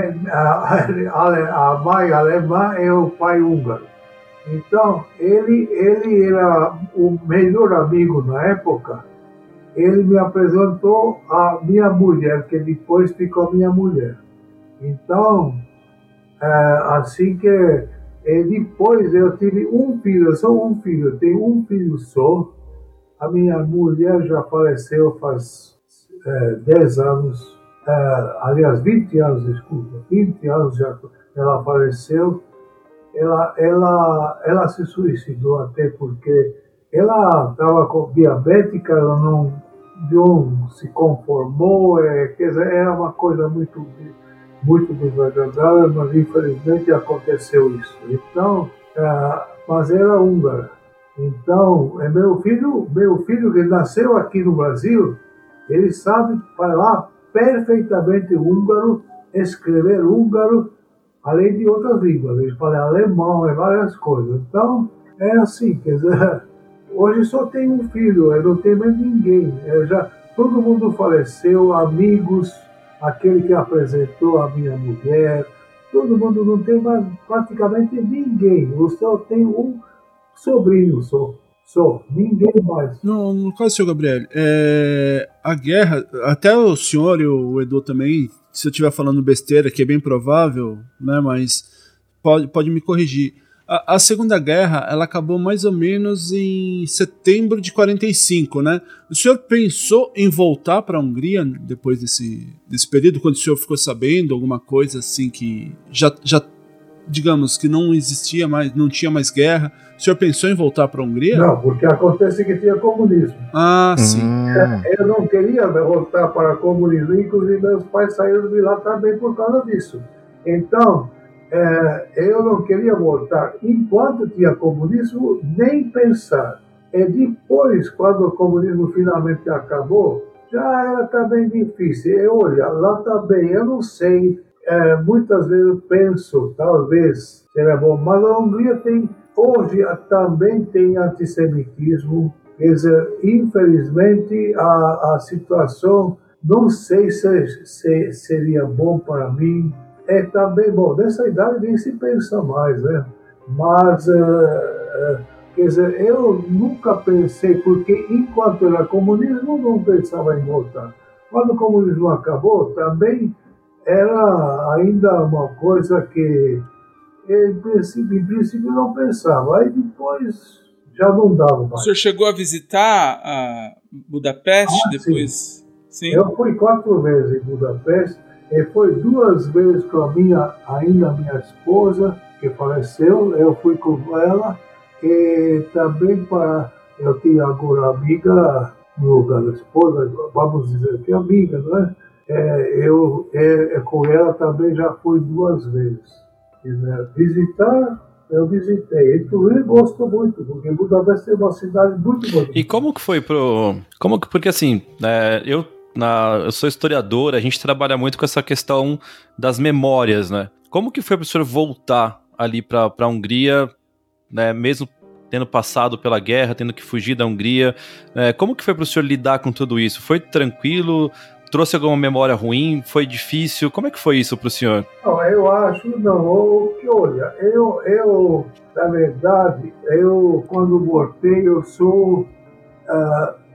a, a mãe alemã e o pai húngaro. Então, ele, ele era o melhor amigo na época. Ele me apresentou a minha mulher, que depois ficou minha mulher. Então, assim que... E depois eu tive um filho, só um filho, eu tenho um filho só. A minha mulher já faleceu faz é, dez anos, é, aliás, vinte anos, desculpa, vinte anos já ela faleceu. Ela, ela, ela se suicidou até porque ela estava com diabética, ela não, não se conformou, é, quer dizer, era uma coisa muito... muito desagradável, mas infelizmente aconteceu isso. Então, uh, mas era húngara. Então, é meu filho, meu filho que nasceu aqui no Brasil, ele sabe falar perfeitamente húngaro, escrever húngaro, além de outras línguas. Ele fala alemão e várias coisas. Então, é assim, quer dizer, hoje só tenho um filho, eu não tenho mais ninguém. Eu já, todo mundo faleceu, amigos, aquele que apresentou a minha mulher, todo mundo não tem mais praticamente ninguém. Eu só tenho um sobrinho só, só, ninguém mais. No, no caso, senhor Gabriel, é, a guerra, até o senhor e o Edu também, se eu estiver falando besteira, que é bem provável, né, mas pode, pode me corrigir. A, a Segunda Guerra, ela acabou mais ou menos em setembro de quarenta e cinco, né? O senhor pensou em voltar para a Hungria depois desse, desse período, quando o senhor ficou sabendo alguma coisa assim que já, já, digamos, que não existia mais, não tinha mais guerra, o senhor pensou em voltar para a Hungria? Não, porque acontece que tinha comunismo. Ah, sim. Hum. Eu não queria voltar para o comunismo, inclusive meus pais saíram de lá também por causa disso. Então, é, eu não queria voltar. Enquanto tinha comunismo, nem pensar. E depois, quando o comunismo finalmente acabou, já era também difícil. E olha, lá também, eu não sei, é, muitas vezes eu penso, talvez seria bom, mas a Hungria tem, hoje também tem antissemitismo. Quer dizer, infelizmente, a, a situação, não sei se, se seria bom para mim. É também bom, nessa idade nem se pensa mais, né? Mas, uh, uh, quer dizer, eu nunca pensei, porque enquanto era comunismo, não pensava em voltar. Quando o comunismo acabou, também era ainda uma coisa que, em princípio, em princípio não pensava. Aí depois já não dava mais. O senhor chegou a visitar a Budapeste Ah, depois? Sim. Sim. Eu fui quatro vezes em Budapeste. E foi duas vezes com a minha, ainda minha esposa, que faleceu, eu fui com ela, e também para, eu tinha agora amiga, no lugar da esposa, vamos dizer que amiga, não é? É, eu, é, com ela também já fui duas vezes. E, né, visitar, eu visitei. E também gosto muito, porque Budapeste é uma cidade muito bonita. E como que foi pro... Como que, porque assim, é, eu Na, eu sou historiador, a gente trabalha muito com essa questão das memórias, né? Como que foi para o senhor voltar ali para a Hungria, né? Mesmo tendo passado pela guerra, tendo que fugir da Hungria, né? Como que foi para o senhor lidar com tudo isso? Foi tranquilo? Trouxe alguma memória ruim? Foi difícil? Como é que foi isso para o senhor? Não, eu acho, não, que olha, eu, eu, na verdade, eu, quando voltei, eu sou... Uh,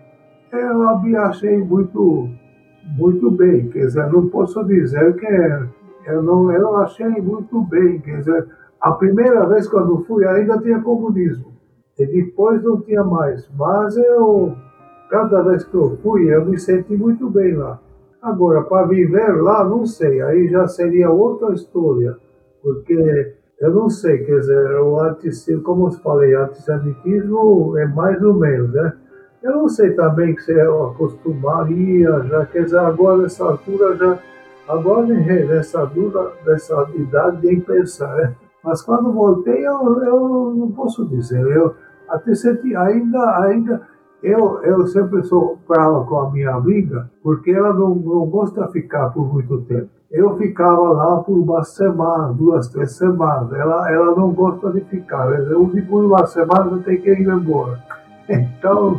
eu me achei muito, muito bem, quer dizer, não posso dizer que eu não, eu achei muito bem, quer dizer, a primeira vez quando fui ainda tinha comunismo, e depois não tinha mais, mas eu, cada vez que eu fui, eu me senti muito bem lá. Agora, para viver lá, não sei, aí já seria outra história, porque eu não sei, quer dizer, o antissemitismo, como eu falei, antissemitismo é mais ou menos, né? Eu não sei também que eu acostumaria, já, quer dizer, agora nessa altura, já, agora nessa altura, nessa idade, nem pensar, né? Mas quando voltei, eu, eu não posso dizer, eu até senti, ainda, ainda, eu, eu sempre sou brava com a minha amiga, porque ela não, não gosta de ficar por muito tempo. Eu ficava lá por uma semana, duas, três semanas, ela, ela não gosta de ficar, eu por uma semana eu tenho que ir embora. Então...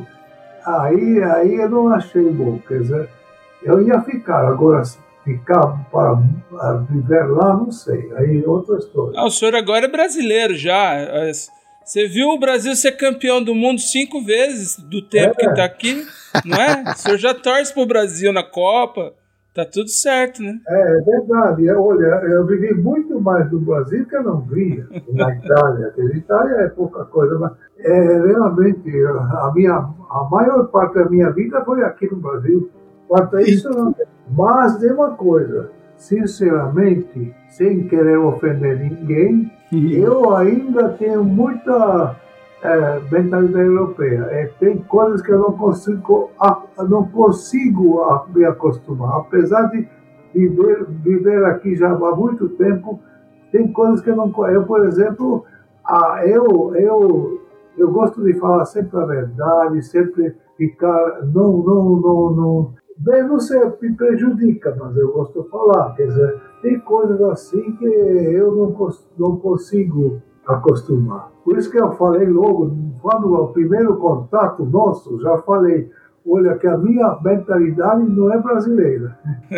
Aí, aí eu não achei bom, quer dizer, eu ia ficar, agora ficar para viver lá, não sei, aí é outra história. Ah, o senhor agora é brasileiro já, você viu o Brasil ser campeão do mundo cinco vezes do tempo é. que está aqui, não é? O senhor já torce para o Brasil na Copa, tá tudo certo, né? É, é verdade, olha, eu vivi muito mais no Brasil que eu não via, na Itália, a Itália é pouca coisa, mas é, realmente, a, minha, a maior parte da minha vida foi aqui no Brasil. Quanto a isso, não. Mas de uma coisa, sinceramente, sem querer ofender ninguém, uhum. eu ainda tenho muita é, mentalidade europeia. É, tem coisas que eu não consigo, a, não consigo a, me acostumar. Apesar de viver, viver aqui já há muito tempo, tem coisas que eu não... Eu, por exemplo, a, eu... eu Eu gosto de falar sempre a verdade, sempre ficar, não, não, não, não, bem, não sei, me prejudica, mas eu gosto de falar, quer dizer, tem coisas assim que eu não, não consigo acostumar. Por isso que eu falei logo, quando o primeiro contato nosso, já falei, olha, que a minha mentalidade não é brasileira.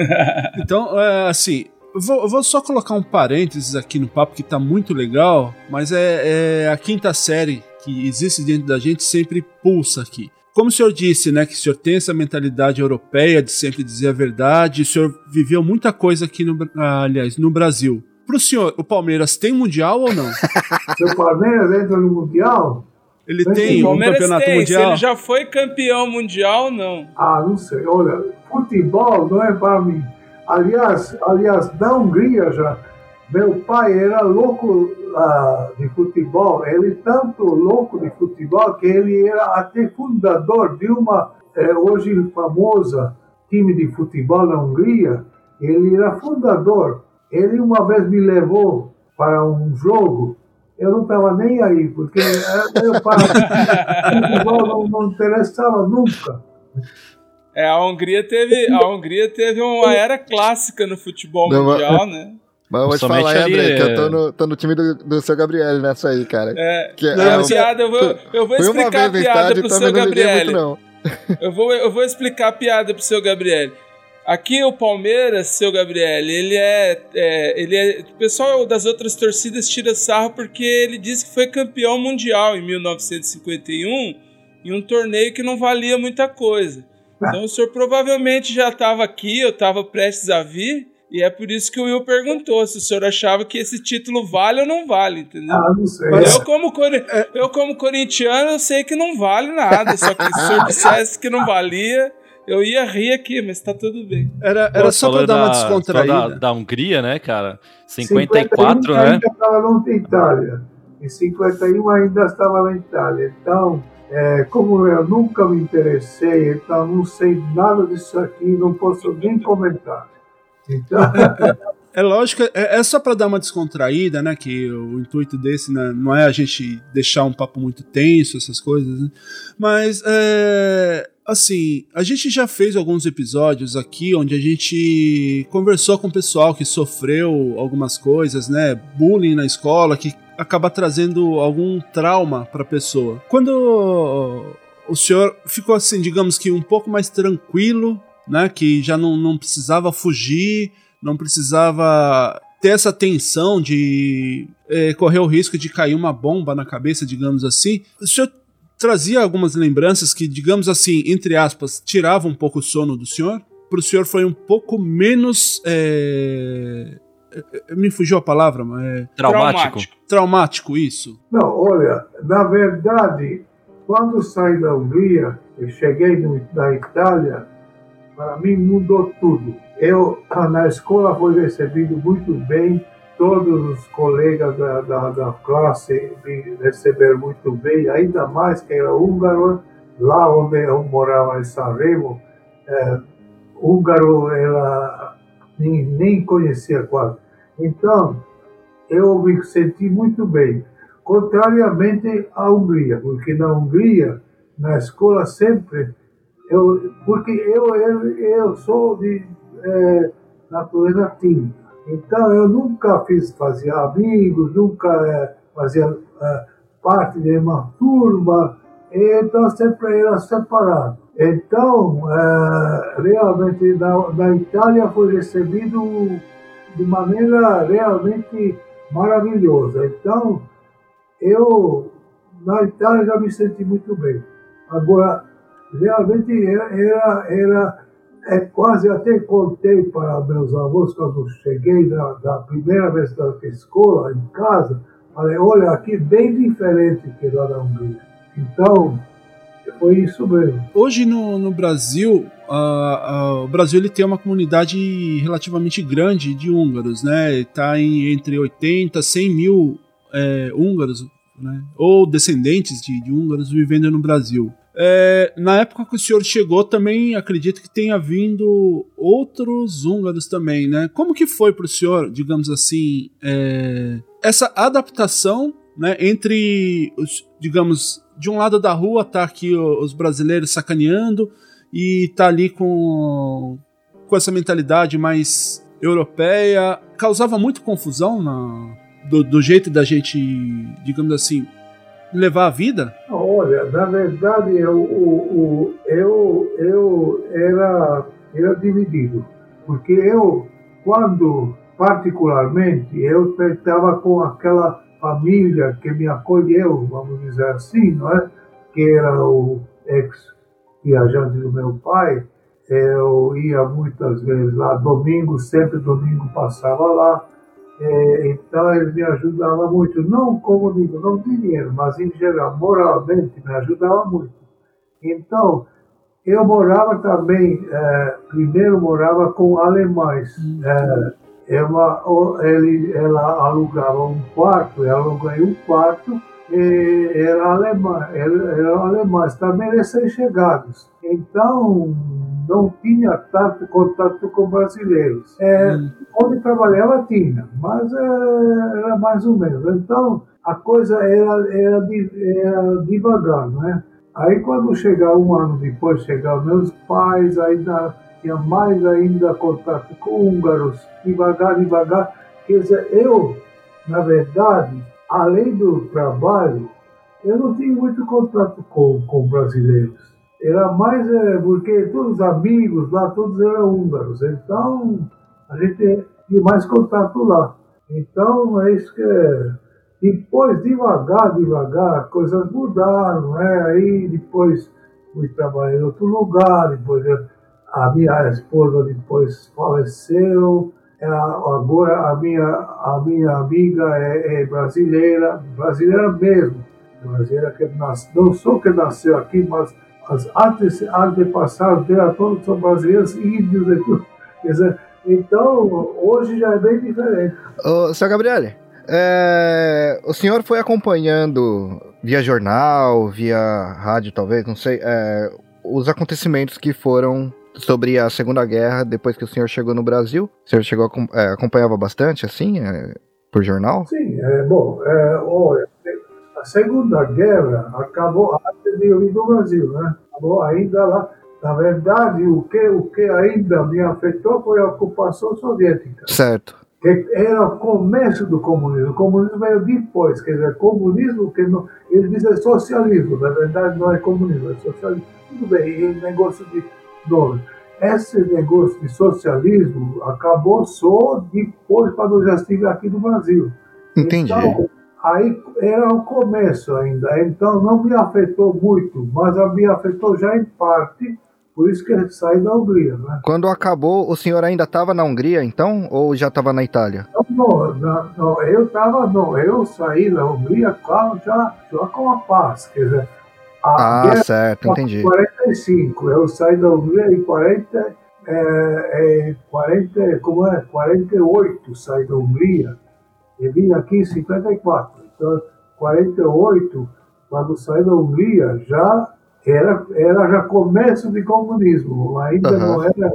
Então, é, assim... Eu vou, eu vou só colocar um parênteses aqui no papo que tá muito legal, mas é, é a quinta série que existe dentro da gente sempre pulsa aqui. Como o senhor disse, né, que o senhor tem essa mentalidade europeia de sempre dizer a verdade, o senhor viveu muita coisa aqui, no, aliás, no Brasil. Pro senhor, o Palmeiras tem mundial ou não? Se o Palmeiras entra no mundial... Ele tem um campeonato tem. mundial? Se ele já foi campeão mundial, não. Ah, não sei. Olha, futebol não é para mim. Aliás, aliás, na Hungria já, meu pai era louco uh, de futebol, ele tanto louco de futebol que ele era até fundador de uma, eh, hoje famosa, time de futebol na Hungria. Ele era fundador. Ele uma vez me levou para um jogo, eu não estava nem aí, porque eu, para, futebol não, não interessava nunca. É, a Hungria teve, a Hungria teve uma era clássica no futebol Não, mundial, né? Mas eu vou te Somente falar, ali, André, é... que eu tô no, tô no time do, do seu Gabriel nessa aí, cara. É, que não, é, a eu, piada, eu vou, eu vou fui uma explicar a vez no piada estádio, pro então seu não liguei Gabriel. muito, não. Eu vou, eu vou explicar a piada pro seu Gabriel. Aqui o Palmeiras, seu Gabriel, ele é, é, ele é... O pessoal das outras torcidas tira sarro porque ele disse que foi campeão mundial em mil novecentos e cinquenta e um em um torneio que não valia muita coisa. Então o senhor provavelmente já estava aqui, eu estava prestes a vir, e é por isso que o Will perguntou se o senhor achava que esse título vale ou não vale, entendeu? Ah, não sei. Mas eu como, eu como corintiano, eu sei que não vale nada, só que se o senhor dissesse que não valia... Eu ia rir aqui, mas tá tudo bem. Era, era Pô, só pra dar uma da, descontraída. Da, da Hungria, né, cara? cinquenta e quatro, cinquenta e um né? ainda estava na Itália. Em cinquenta e um ainda estava na Itália. Então, é, como eu nunca me interessei, então não sei nada disso aqui, não posso nem comentar. Então... É lógico, é, é só para dar uma descontraída, né? Que o intuito desse, né, não é a gente deixar um papo muito tenso, essas coisas, né? Mas, é, assim, a gente já fez alguns episódios aqui onde a gente conversou com o pessoal que sofreu algumas coisas, né? Bullying na escola, que acaba trazendo algum trauma para a pessoa. Quando o senhor ficou, assim, digamos que um pouco mais tranquilo, né? Que já não, não precisava fugir, não precisava ter essa tensão de é, correr o risco de cair uma bomba na cabeça, digamos assim. O senhor trazia algumas lembranças que, digamos assim, entre aspas, tiravam um pouco o sono do senhor? Para o senhor foi um pouco menos... É... Me fugiu a palavra, mas... É... Traumático. Traumático, isso. Não, olha, na verdade, quando saí da Hungria, eu cheguei no, na Itália, para mim mudou tudo. Eu, na escola, fui recebido muito bem, todos os colegas da, da, da classe me receberam muito bem, ainda mais que era húngaro, lá onde eu morava em Sanremo, é, húngaro era, nem, nem conhecia quase. Então, eu me senti muito bem, contrariamente à Hungria, porque na Hungria, na escola sempre, eu, porque eu, eu, eu sou de é, natureza tímida, então eu nunca fiz, fazia amigos, nunca é, fazia é, parte de uma turma, então sempre era separado. Então, é, realmente, na, na Itália foi recebido de maneira realmente maravilhosa. Então, eu, na Itália, já me senti muito bem. Agora, realmente, era, era, era é, quase até contei para meus avós, quando cheguei da, da primeira vez da escola, em casa, falei, olha, aqui bem diferente que lá na Hungria. Então, foi isso mesmo. Hoje no, no Brasil, uh, uh, o Brasil ele tem uma comunidade relativamente grande de húngaros, né? Está em, entre oitenta, cem mil é, húngaros, né? Ou descendentes de, de húngaros vivendo no Brasil. É, na época que o senhor chegou, também acredito que tenha vindo outros húngaros também, né? Como que foi para o senhor, digamos assim, é, essa adaptação, né, entre os, digamos, de um lado da rua tá aqui os brasileiros sacaneando e tá ali com, com essa mentalidade mais europeia, causava muito confusão na, do, do jeito da gente, digamos assim, levar a vida? Olha, na verdade eu, eu, eu, eu era, era dividido, porque eu, quando particularmente, eu estava com aquela família que me acolheu, vamos dizer assim, não é? Que era o ex-viajante do meu pai. Eu ia muitas vezes lá, domingo, sempre domingo passava lá. É, então ele me ajudava muito, não como digo, não dinheiro, mas em geral, moralmente me ajudava muito. Então, eu morava também, é, primeiro morava com alemães. É, ela, ele, ela alugava um quarto, ela alugou um quarto, e era alemã, eram alemães, também recém-chegados. Então, não tinha tanto contato com brasileiros. É, hum. Onde trabalhava tinha, mas é, era mais ou menos. Então, a coisa era, era, era devagar, né? Aí, quando chegava um ano depois, chegavam meus pais, ainda tinha mais ainda contato com húngaros, devagar, devagar. Quer dizer, eu, na verdade, além do trabalho, eu não tinha muito contato com, com brasileiros. Era mais é, porque todos os amigos lá, todos eram húngaros. Então, a gente tinha mais contato lá. Então, é isso que é. Depois, devagar, devagar, coisas mudaram, né? Aí, depois, fui trabalhar em outro lugar, depois a minha esposa depois faleceu. Agora, a minha, a minha amiga é, é brasileira, brasileira mesmo. Brasileira que nasce, não só que nasceu aqui, mas as antepassados dela todos são brasileiros, índios e tudo. Quer dizer, então, hoje já é bem diferente. Ô, seu Gabriele, é, o senhor foi acompanhando via jornal, via rádio talvez, não sei, é, os acontecimentos que foram sobre a Segunda Guerra depois que o senhor chegou no Brasil? O senhor chegou a, é, acompanhava bastante, assim, é, por jornal? Sim, é, bom, é, olha, a Segunda Guerra acabou antes de eu ir do Brasil, né? Acabou ainda lá. Na verdade, o que, o que ainda me afetou foi a ocupação soviética. Certo. Que era o começo do comunismo. O comunismo veio depois, quer dizer, comunismo, que não, ele diz é socialismo, na verdade não é comunismo, é socialismo. Tudo bem, e negócio de nome. Esse negócio de socialismo acabou só depois, quando eu já estive aqui no Brasil. Entendi. Então, aí era o começo ainda, então não me afetou muito, mas me afetou já em parte. Por isso que eu saí da Hungria, né? Quando acabou, o senhor ainda estava na Hungria, então? Ou já estava na Itália? Não, não, não eu estava, não. Eu saí da Hungria claro, já, já com a paz, quer dizer... A ah, certo, entendi. Em quarenta e cinco, eu saí da Hungria em quarenta, é, é, quarenta, como é? quarenta e oito, saí da Hungria. E vim aqui em cinquenta e quatro. Então, quarenta e oito, quando saí da Hungria, já... Era, era já começo de comunismo, ainda uhum. não era,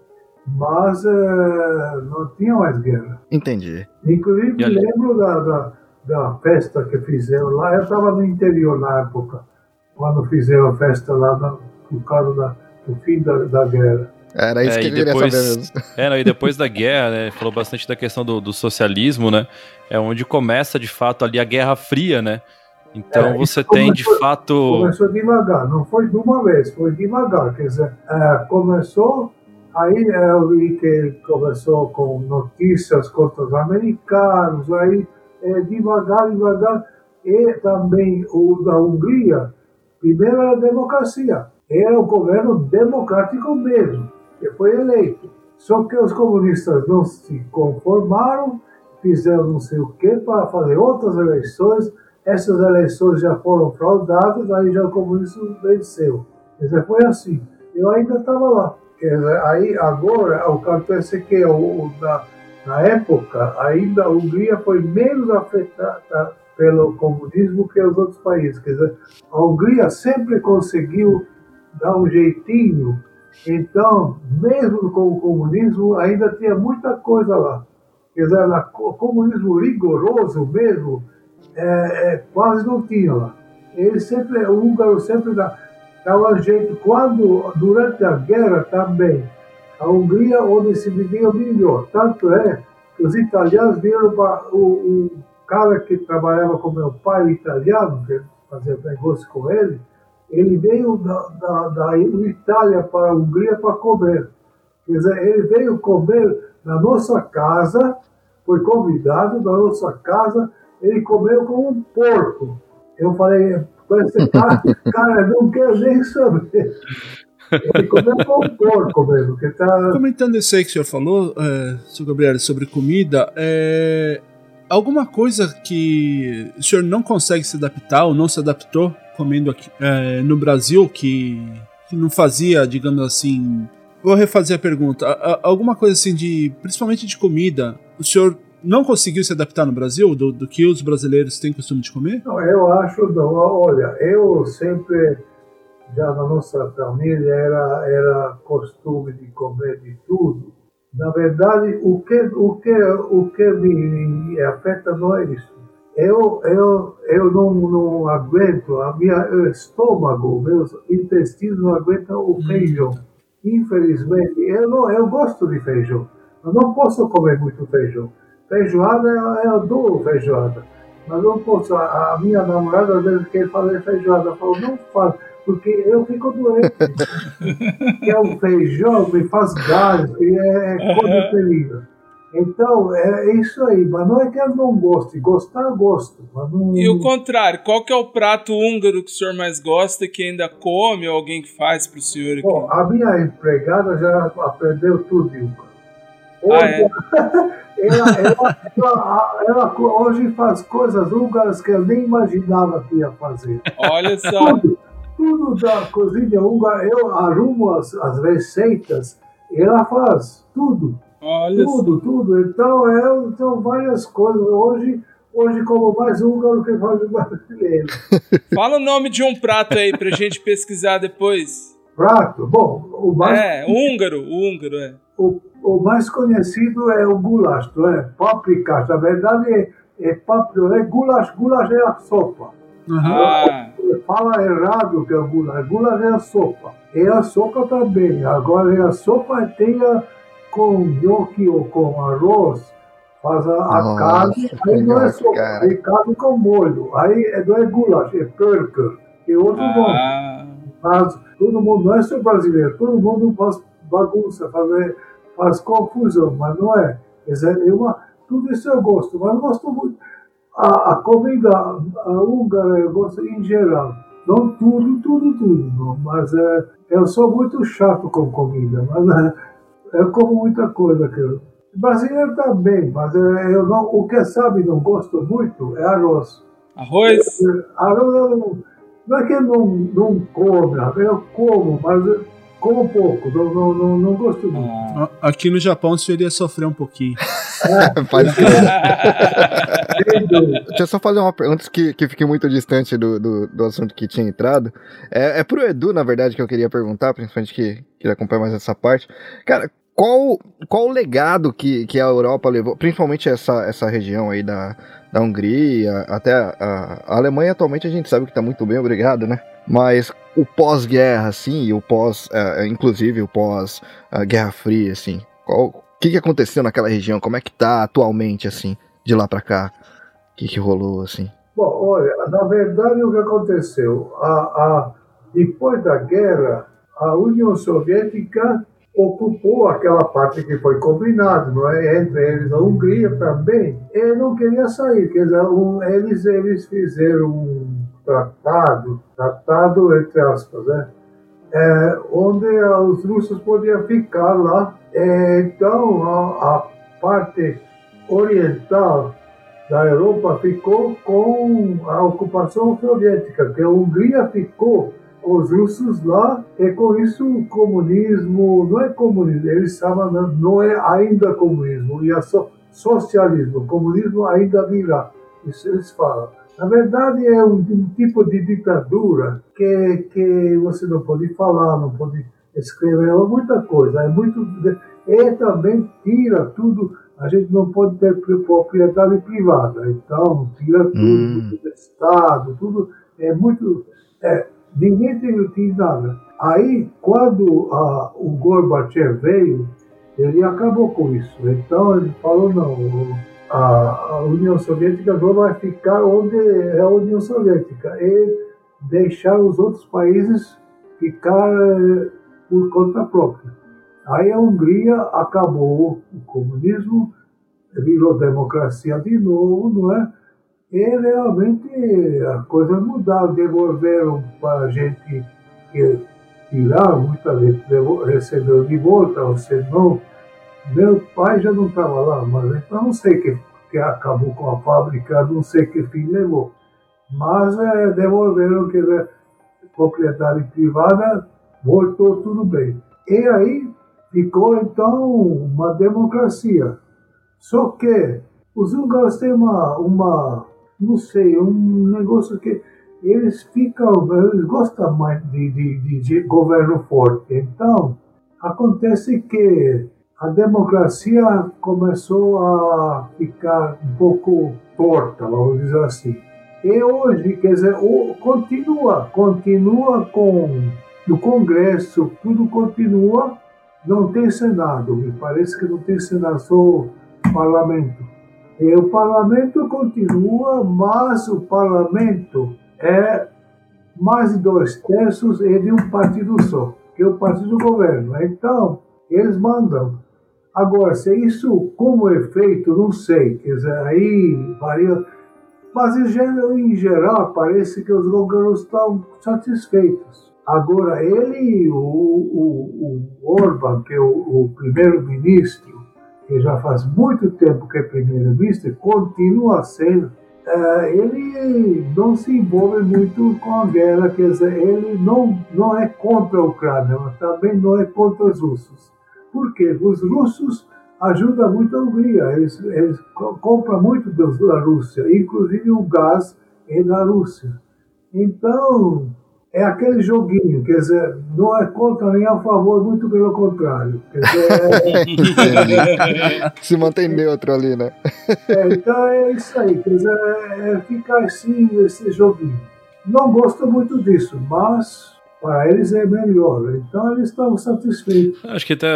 mas uh, não tinha mais guerra. Entendi. Inclusive, me lembro da, da, da festa que fizeram lá, eu estava no interior na época, quando fizeram a festa lá na, por causa da, do fim da, da guerra. Era isso é, que eu queria depois, saber mesmo. É, não, e depois da guerra, né, falou bastante da questão do, do socialismo, né, é onde começa de fato ali a Guerra Fria, né. Então é, você tem, começou, de fato... Começou devagar, não foi de uma vez, foi devagar. Quer dizer, é, começou, aí eu vi que começou com notícias contra os americanos, aí é, devagar, devagar. E também o da Hungria, primeiro era a democracia. Era o governo democrático mesmo, que foi eleito. Só que os comunistas não se conformaram, fizeram não sei o quê para fazer outras eleições. Essas eleições já foram fraudadas, aí já o comunismo venceu. Quer dizer, foi assim. Eu ainda estava lá. Quer dizer, aí agora, o que acontece é que o, na, na época, ainda a Hungria foi menos afetada pelo comunismo que os outros países. Quer dizer, a Hungria sempre conseguiu dar um jeitinho. Então, mesmo com o comunismo, ainda tinha muita coisa lá. Quer dizer, o comunismo rigoroso mesmo, É, é, quase não tinha lá. Ele sempre, o húngaro sempre dava jeito. Quando, durante a guerra também, a Hungria onde se vivia melhor. Tanto é que os italianos viram para o, o cara que trabalhava com meu pai, o italiano, que fazia negócio com ele, ele veio da, da, da Itália para a Hungria para comer. Quer dizer, ele veio comer na nossa casa, foi convidado na nossa casa. Ele comeu como um porco. Eu falei, esse cara, cara, não quero nem saber. Ele comeu como um porco mesmo. Que tá... Comentando isso aí que o senhor falou, é, senhor Gabriel, sobre comida, é, alguma coisa que o senhor não consegue se adaptar ou não se adaptou comendo aqui é, no Brasil que, que não fazia, digamos assim, vou refazer a pergunta. Alguma coisa assim de, principalmente de comida, o senhor não conseguiu se adaptar no Brasil, do, do que os brasileiros têm costume de comer? Não, eu acho não. Olha, eu sempre, já na nossa família, era, era costume de comer de tudo. Na verdade, o que, o que, o que me afeta não é isso. Eu, eu, eu não, não aguento, a minha estômago, meus intestinos não aguentam o feijão. Infelizmente, eu, não, eu gosto de feijão. Eu não posso comer muito feijão. Feijoada, eu adoro feijoada. Mas não posso. A, a minha namorada às vezes quer fazer feijoada. Eu falo, não faz, porque eu fico doente. Que é o feijão, me faz gás, é, é coisa terrível. Então, é isso aí, mas não é que eu não goste, gostar eu gosto. Mas não... E o contrário, qual que é o prato húngaro que o senhor mais gosta, que ainda come, ou alguém que faz para o senhor aqui? Bom, a minha empregada já aprendeu tudo de húngaro. Ah, é? ela, ela, ela, ela hoje faz coisas húngaras que eu nem imaginava que ia fazer. Olha só. Tudo, tudo da cozinha húngara, eu arrumo as, as receitas, ela faz tudo. Olha tudo, só. tudo. Então, é, são várias coisas. Hoje, hoje como mais húngaro que faz brasileiro. Fala o nome de um prato aí pra gente pesquisar depois. Prato? Bom, o mais... É, húngaro, o húngaro, é. O, o mais conhecido é o goulash, não é? Paprikash. Na verdade, é, é paprikash, é goulash. Goulash é a sopa. Uhum. Ah, Fala errado que é o goulash. Goulash é a sopa. E a sopa também. Agora, a sopa tem a com gnocchi ou com arroz, faz a, a Nossa, carne, aí não é sopa, cara. aí carne com molho, aí não é goulash, é pörker, é outro nome. ah, Faz, todo mundo, não é só brasileiro, todo mundo faz bagunça, faz, faz confusão, mas não é. É uma, tudo isso eu gosto, mas eu gosto muito. A, a comida a húngara eu gosto em geral, não tudo, tudo, tudo, não, mas é, eu sou muito chato com comida, mas é, eu como muita coisa. Que eu... Brasileiro também, mas eu não, o que sabe não gosto muito é arroz. arroz? Arroz eu não, não é que eu não, não como, eu como, mas eu como pouco, não, não, não, não gosto muito. Ah. Aqui no Japão o senhor ia sofrer um pouquinho. Pode crer. Deixa eu só fazer uma pergunta antes que, que fique muito distante do, do, do assunto que tinha entrado. É, é pro Edu, na verdade, que eu queria perguntar, principalmente que, que ele acompanha mais essa parte. Cara, qual, qual o legado que, que a Europa levou, principalmente essa, essa região aí da, da Hungria, até a, a Alemanha atualmente a gente sabe que tá muito bem, obrigado, né? Mas o pós-guerra, assim, e o pós, uh, inclusive o pós-Guerra uh, Fria, assim, qual... O que, que aconteceu naquela região? Como é que tá atualmente, assim, de lá pra cá? O que, que rolou, assim? Bom, olha, na verdade o que aconteceu? A, a, depois da guerra, a União Soviética ocupou aquela parte que foi combinado, não é? Entre eles a Hungria também. E não queria sair, quer dizer, um, eles, eles fizeram um tratado, tratado entre aspas, né? É, onde os russos podiam ficar lá. É, então, a, a parte oriental da Europa ficou com a ocupação soviética, que a Hungria ficou com os russos lá, e com isso o comunismo, não é comunismo, eles chamam, não é ainda comunismo, e é só socialismo, o comunismo ainda virá, isso eles falam. Na verdade, é um, um tipo de ditadura que, que você não pode falar, não pode escrever, é muita coisa. É muito, e também tira tudo, a gente não pode ter propriedade privada, então tira tudo hum. do Estado, tudo, é muito... É, ninguém tem, tem nada. Aí, quando a, o Gorbachev veio, ele acabou com isso. Então, ele falou, não... A União Soviética não vai ficar onde é a União Soviética e deixar os outros países ficar eh, por conta própria. Aí a Hungria acabou o comunismo, virou democracia de novo, não é? E realmente a coisa mudaram, devolveram para a gente que tirar, muitas vezes recebeu de volta, ou senão. Meu pai já não estava lá, mas eu não sei que, que acabou com a fábrica, não sei que fim levou. Mas é, devolveram que é propriedade privada, voltou tudo bem. E aí ficou então uma democracia. Só que os húngaros têm uma, uma não sei, um negócio que eles ficam, eles gostam mais de, de, de governo forte. Então, acontece que a democracia começou a ficar um pouco torta, vamos dizer assim. E hoje, quer dizer, continua, continua com no Congresso, tudo continua, não tem Senado, me parece que não tem Senado, só Parlamento. E o Parlamento continua, mas o Parlamento é mais de dois terços e de um partido só, que é o partido do governo. Então, eles mandam. Agora, se isso como é feito, não sei, quer dizer, aí varia. Mas em geral, em geral parece que os húngaros estão satisfeitos. Agora, ele, o, o, o Orbán, que é o, o primeiro-ministro, que já faz muito tempo que é primeiro-ministro, continua sendo, uh, ele não se envolve muito com a guerra, quer dizer, ele não, não é contra a Ucrânia, mas também não é contra os russos. Por quê? Os russos ajudam muito a Hungria, eles, eles compram muito da Rússia, inclusive o gás é da Rússia. Então, é aquele joguinho, quer dizer, não é contra nem a favor, muito pelo contrário. Quer dizer, é... Se mantém neutro ali, né? É, então é isso aí, quer dizer, é ficar assim, esse joguinho. Não gosto muito disso, mas para eles é melhor, então eles estão satisfeitos. Acho que até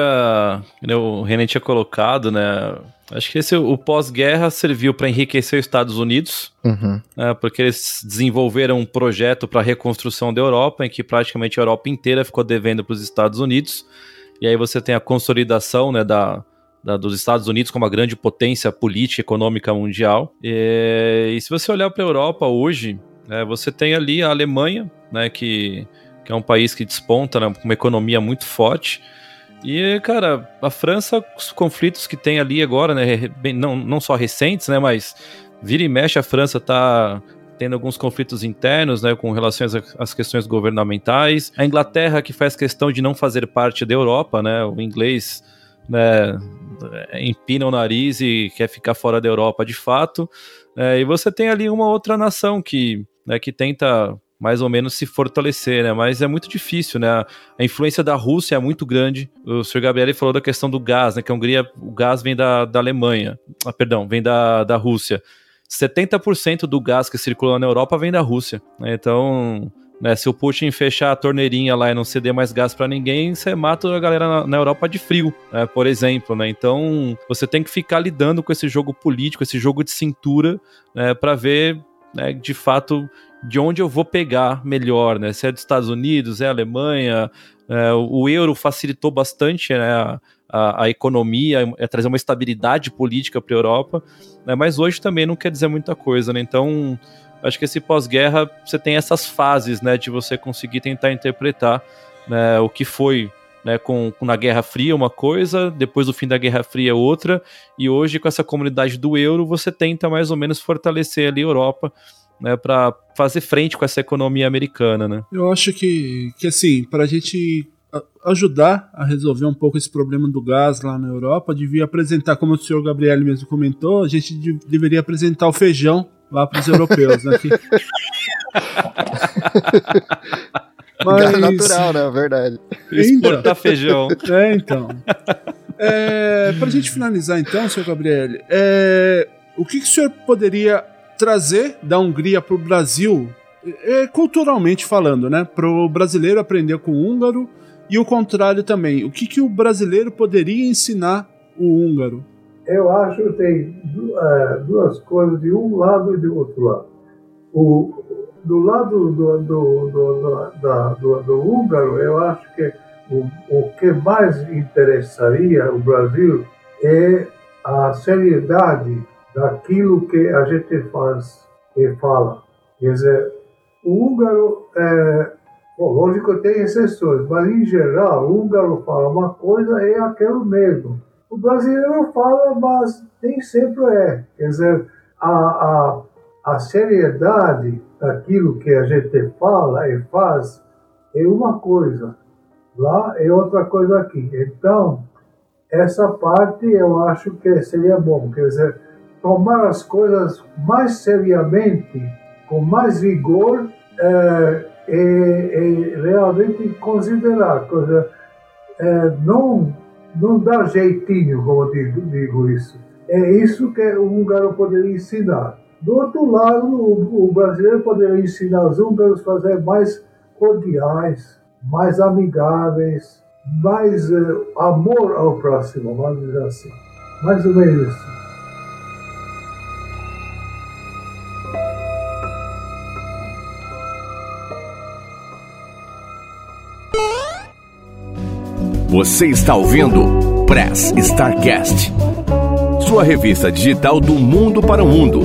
o Renan tinha colocado, né? Acho que esse, o pós-guerra serviu para enriquecer os Estados Unidos, uhum. né, porque eles desenvolveram um projeto para a reconstrução da Europa, em que praticamente a Europa inteira ficou devendo para os Estados Unidos, e aí você tem a consolidação, né, da, da, dos Estados Unidos como uma grande potência política e econômica mundial. E, e se você olhar para a Europa hoje, né, você tem ali a Alemanha, né, que, que é um país que desponta, né, com uma economia muito forte. E, cara, a França, os conflitos que tem ali agora, né, bem, não, não só recentes, né, mas vira e mexe a França tá tendo alguns conflitos internos, né, com relação às questões governamentais. A Inglaterra, que faz questão de não fazer parte da Europa, né, o inglês, né, empina o nariz e quer ficar fora da Europa de fato. É, e você tem ali uma outra nação que, né, que tenta mais ou menos se fortalecer, né? Mas é muito difícil, né? A influência da Rússia é muito grande. O senhor Gabriele falou da questão do gás, né? Que a Hungria, o gás vem da, da Alemanha. Ah, perdão, vem da, da Rússia. setenta por cento do gás que circula na Europa vem da Rússia, né? Então, né, se o Putin fechar a torneirinha lá e não ceder mais gás para ninguém, você mata a galera na, na Europa de frio, né, por exemplo, né? Então, você tem que ficar lidando com esse jogo político, esse jogo de cintura, né, para ver, né, de fato, de onde eu vou pegar melhor, né? Se é dos Estados Unidos, é a Alemanha, é, o euro facilitou bastante, né, a, a, a economia, é trazer uma estabilidade política para a Europa, né, mas hoje também não quer dizer muita coisa, né? Então, acho que esse pós-guerra, você tem essas fases, né, de você conseguir tentar interpretar, né, o que foi, né, com, com na Guerra Fria uma coisa, depois do fim da Guerra Fria outra, e hoje com essa comunidade do euro, você tenta mais ou menos fortalecer ali a Europa, né, para fazer frente com essa economia americana, né? Eu acho que, que assim, para a gente ajudar a resolver um pouco esse problema do gás lá na Europa, devia apresentar, como o senhor Gabriele mesmo comentou, a gente de, deveria apresentar o feijão lá para os europeus, né? Que... Mas... Gás natural, né? Verdade. Exportar então, feijão. É, então. É, para a gente finalizar, então, senhor Gabriele, é, o que, que o senhor poderia trazer da Hungria para o Brasil, é, culturalmente falando, né? Para o brasileiro aprender com o húngaro e o contrário também. O que, que o brasileiro poderia ensinar o húngaro? Eu acho que tem duas coisas de um lado e do outro lado. O, do lado do, do, do, do, do, do, do húngaro, eu acho que o, o que mais interessaria o Brasil é a seriedade daquilo que a gente faz e fala. Quer dizer, o húngaro, é, bom, lógico que tem exceções, mas em geral o húngaro fala uma coisa e é aquilo mesmo. O brasileiro fala, mas nem sempre é. Quer dizer, a, a, a seriedade daquilo que a gente fala e faz é uma coisa, lá é outra coisa aqui. Então, essa parte eu acho que seria bom, quer dizer, tomar as coisas mais seriamente, com mais vigor, é, e, e realmente considerar, quer dizer, é, não, não dar jeitinho, como digo, digo isso. É isso que o húngaro poderia ensinar. Do outro lado, o, o brasileiro poderia ensinar os húngaros a fazer mais cordiais, mais amigáveis, mais uh, amor ao próximo, vamos dizer assim. Mais ou menos isso. Você está ouvindo Press Starcast, sua revista digital do mundo para o mundo.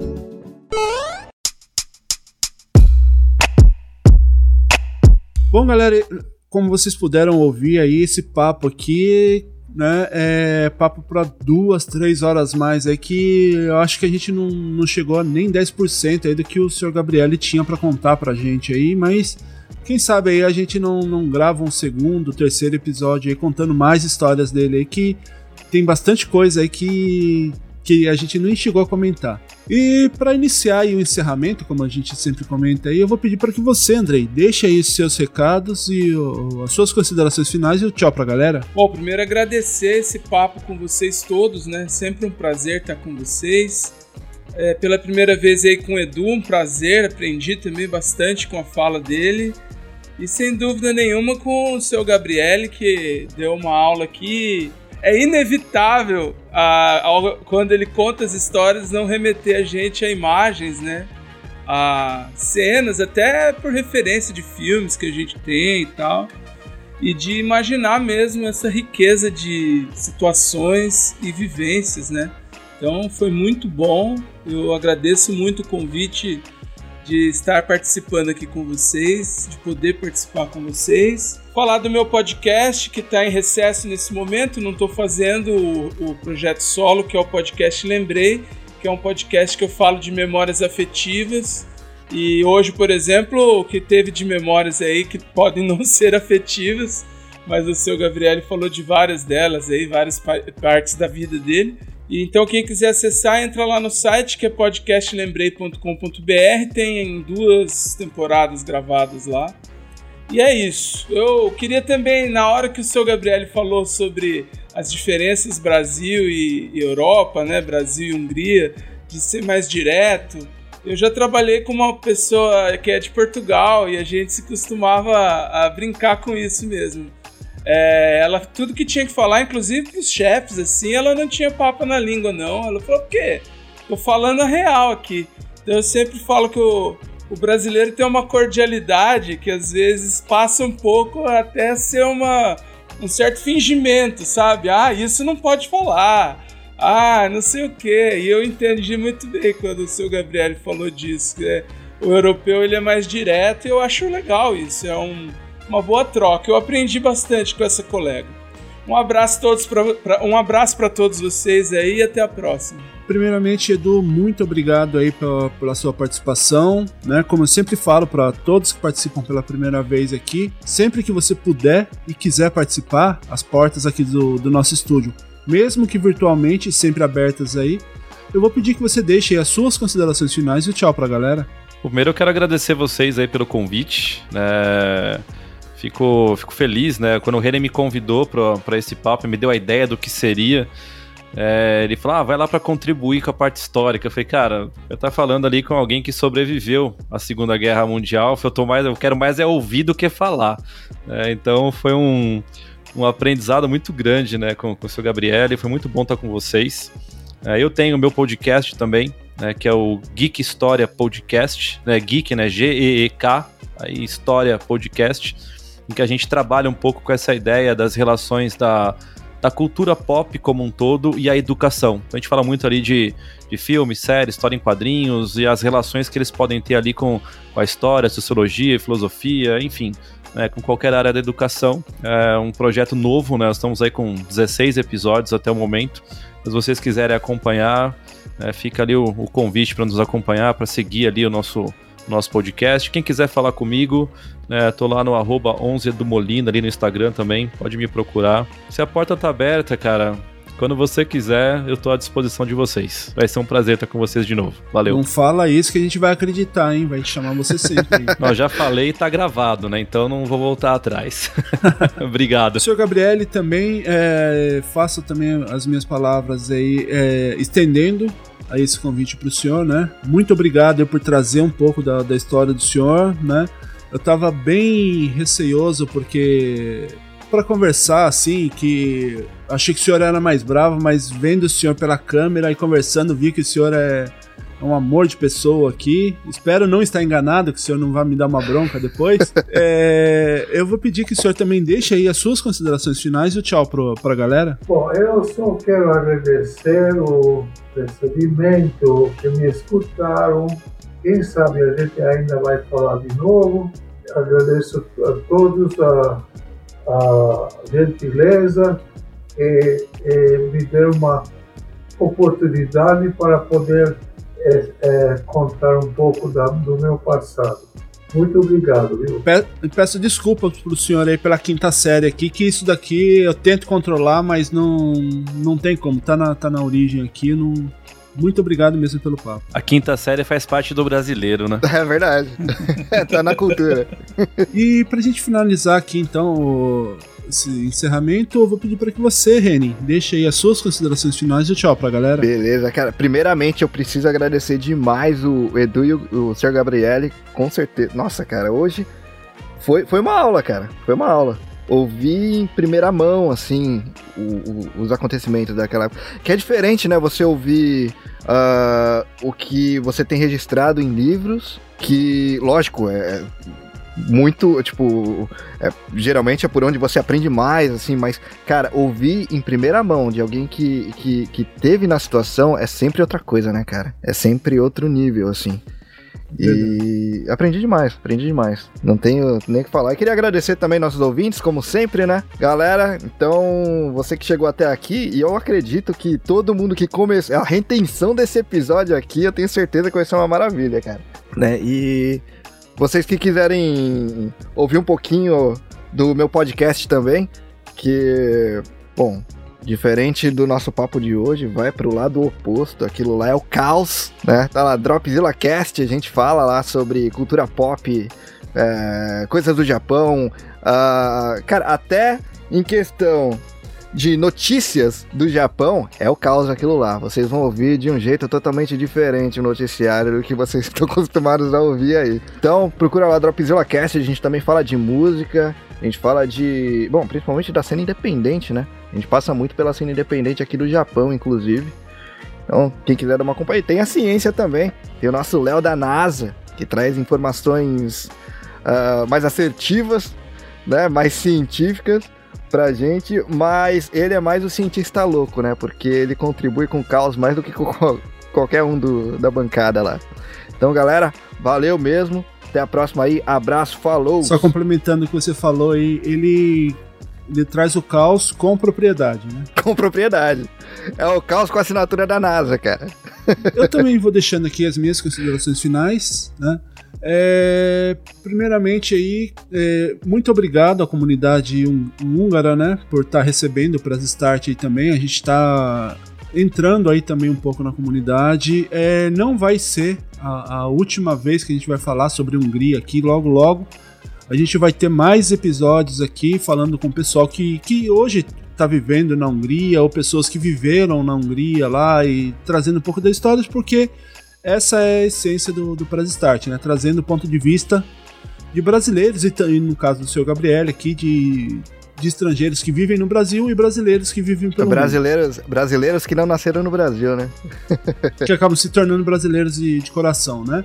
Bom, galera, como vocês puderam ouvir aí, esse papo aqui, né, é papo para duas, três horas mais aí, que eu acho que a gente não, não chegou a nem dez por cento aí do que o senhor Gabriele tinha para contar pra gente aí, mas quem sabe aí a gente não, não grava um segundo, terceiro episódio aí contando mais histórias dele aí, que tem bastante coisa aí que, que a gente nem chegou a comentar. E para iniciar aí o encerramento, como a gente sempre comenta aí, eu vou pedir para que você, Andrei, deixe aí os seus recados e o, as suas considerações finais e o tchau pra galera. Bom, primeiro agradecer esse papo com vocês todos, né? Sempre um prazer estar com vocês. É, pela primeira vez aí com o Edu, um prazer, aprendi também bastante com a fala dele. E sem dúvida nenhuma com o seu Gabriele, que deu uma aula aqui. É inevitável, a, a, quando ele conta as histórias, não remeter a gente a imagens, né? A cenas, até por referência de filmes que a gente tem e tal. E de imaginar mesmo essa riqueza de situações e vivências, né? Então foi muito bom, eu agradeço muito o convite de estar participando aqui com vocês, de poder participar com vocês. Falar do meu podcast, que está em recesso nesse momento, não estou fazendo o, o projeto solo, que é o podcast Lembrei, que é um podcast que eu falo de memórias afetivas. E hoje, por exemplo, o que teve de memórias aí que podem não ser afetivas, mas o seu Gabriele falou de várias delas aí, várias pa- partes da vida dele. E então quem quiser acessar, entra lá no site, que é podcast lembrei ponto com ponto b r, tem duas temporadas gravadas lá. E é isso. Eu queria também, na hora que o seu Gabriele falou sobre as diferenças Brasil e, e Europa, né, Brasil e Hungria, de ser mais direto, eu já trabalhei com uma pessoa que é de Portugal e a gente se costumava a, a brincar com isso mesmo. É, ela, tudo que tinha que falar, inclusive pros chefes, assim, ela não tinha papo na língua, não. Ela falou, por quê? Tô falando a real aqui. Então eu sempre falo que o, o brasileiro tem uma cordialidade que às vezes passa um pouco até ser uma, um certo fingimento, sabe? Ah, isso não pode falar. Ah, não sei o quê. E eu entendi muito bem quando o seu Gabriele falou disso. Que é, o europeu ele é mais direto e eu acho legal isso. É um... uma boa troca, eu aprendi bastante com essa colega. Um abraço todos pra, pra, um abraço para todos vocês aí e até a próxima. Primeiramente, Edu, muito obrigado aí pela, pela sua participação, né? Como eu sempre falo para todos que participam pela primeira vez aqui, sempre que você puder e quiser participar, as portas aqui do, do nosso estúdio, mesmo que virtualmente, sempre abertas aí, eu vou pedir que você deixe aí as suas considerações finais e o tchau pra galera. Primeiro eu quero agradecer vocês aí pelo convite, né? Fico, fico feliz, né? Quando o René me convidou para esse papo, me deu a ideia do que seria. É, ele falou, ah, vai lá para contribuir com a parte histórica. Eu falei, cara, eu tô falando ali com alguém que sobreviveu à Segunda Guerra Mundial. Eu, tô mais, eu quero mais é ouvir do que falar. É, então foi um, um aprendizado muito grande, né, com, com o seu Gabriele. Foi muito bom estar com vocês. É, eu tenho o meu podcast também, né, que é o Geek História Podcast, né, Geek, né, G E E K, aí História Podcast, em que a gente trabalha um pouco com essa ideia das relações da, da cultura pop como um todo e a educação. Então a gente fala muito ali de, de filme, série, história em quadrinhos e as relações que eles podem ter ali com, com a história, sociologia, filosofia, enfim, né, com qualquer área da educação. É um projeto novo, né, nós estamos aí com dezesseis episódios até o momento. Se vocês quiserem acompanhar, é, fica ali o, o convite para nos acompanhar, para seguir ali o nosso nosso podcast. Quem quiser falar comigo, né, tô lá no arroba onze do Molina ali no Instagram também, pode me procurar. Se a porta tá aberta, cara, quando você quiser, eu tô à disposição de vocês. Vai ser um prazer estar com vocês de novo. Valeu. Não fala isso que a gente vai acreditar, hein? Vai chamar você sempre. Não, já falei e tá gravado, né? Então não vou voltar atrás. Obrigado. senhor Gabriele, também é, faço também as minhas palavras aí, é, estendendo a esse convite pro senhor, né? Muito obrigado por trazer um pouco da, da história do senhor, né? Eu tava bem receoso porque... para conversar, assim, que achei que o senhor era mais bravo, mas vendo o senhor pela câmera e conversando, vi que o senhor é um amor de pessoa aqui. Espero não estar enganado, que o senhor não vai me dar uma bronca depois. é, eu vou pedir que o senhor também deixe aí as suas considerações finais e o tchau pro, pra galera. Bom, eu só quero agradecer o recebimento, que me escutaram. Quem sabe a gente ainda vai falar de novo. Agradeço a todos a a gentileza e, e me deu uma oportunidade para poder é, é, contar um pouco da, do meu passado. Muito obrigado, viu? Peço desculpas pro senhor aí pela quinta série aqui, que isso daqui eu tento controlar, mas não, não tem como, tá na, tá na origem aqui, não... Muito obrigado mesmo pelo papo. A quinta série faz parte do brasileiro, né? É verdade. Tá na cultura. E pra gente finalizar aqui, então, esse encerramento, eu vou pedir para que você, Reni, deixe aí as suas considerações finais e tchau pra galera. Beleza, cara. Primeiramente, eu preciso agradecer demais o Edu e o, o senhor Gabriele, com certeza. Nossa, cara, hoje foi, foi uma aula, cara. Foi uma aula. Ouvi em primeira mão, assim, o, o, os acontecimentos daquela época. Que é diferente, né? Você ouvir uh, o que você tem registrado em livros, que, lógico, é muito, tipo, é, geralmente é por onde você aprende mais, assim, mas, cara, ouvir em primeira mão de alguém que, que, que teve na situação é sempre outra coisa, né, cara? É sempre outro nível, assim. E aprendi demais, aprendi demais. Não tenho nem o que falar. E queria agradecer também nossos ouvintes, como sempre, né? Galera, então, você que chegou até aqui, e eu acredito que todo mundo que começou... A retenção desse episódio aqui, eu tenho certeza que vai ser uma maravilha, cara. Né? E vocês que quiserem ouvir um pouquinho do meu podcast também, que, bom... Diferente do nosso papo de hoje, vai pro lado oposto, aquilo lá é o caos, né? Tá lá, Dropzilla Cast, a gente fala lá sobre cultura pop, é, coisas do Japão, uh, cara, até em questão de notícias do Japão, é o caos aquilo lá. Vocês vão ouvir de um jeito totalmente diferente o noticiário do que vocês estão acostumados a ouvir aí. Então, procura lá Dropzilla Cast, a gente também fala de música, a gente fala de... Bom, principalmente da cena independente, né? A gente passa muito pela cena independente aqui do Japão, inclusive. Então, quem quiser dar uma companhia, tem a ciência também. Tem o nosso Léo da NASA, que traz informações uh, mais assertivas, né? Mais científicas pra gente. Mas ele é mais o cientista louco, né? Porque ele contribui com o caos mais do que com qualquer um do, da bancada lá. Então, galera, valeu mesmo. Até a próxima aí. Abraço, falou! Só complementando o que você falou aí, ele... Ele traz o caos com propriedade, né? Com propriedade. É o caos com a assinatura da NASA, cara. Eu também vou deixando aqui as minhas considerações finais, né? É, primeiramente aí, é, muito obrigado à comunidade húngara, né? Por estar tá recebendo o Press Start aí também. A gente está entrando aí também um pouco na comunidade. É, não vai ser a, a última vez que a gente vai falar sobre Hungria aqui, logo logo. A gente vai ter mais episódios aqui falando com o pessoal que, que hoje está vivendo na Hungria, ou pessoas que viveram na Hungria lá e trazendo um pouco da história, porque essa é a essência do, do Press Start, né? Trazendo o ponto de vista de brasileiros, e, e no caso do senhor Gabriele aqui, de, de estrangeiros que vivem no Brasil e brasileiros que vivem pelo brasileiros, mundo. Brasileiros que não nasceram no Brasil, né? Que acabam se tornando brasileiros de, de coração, né?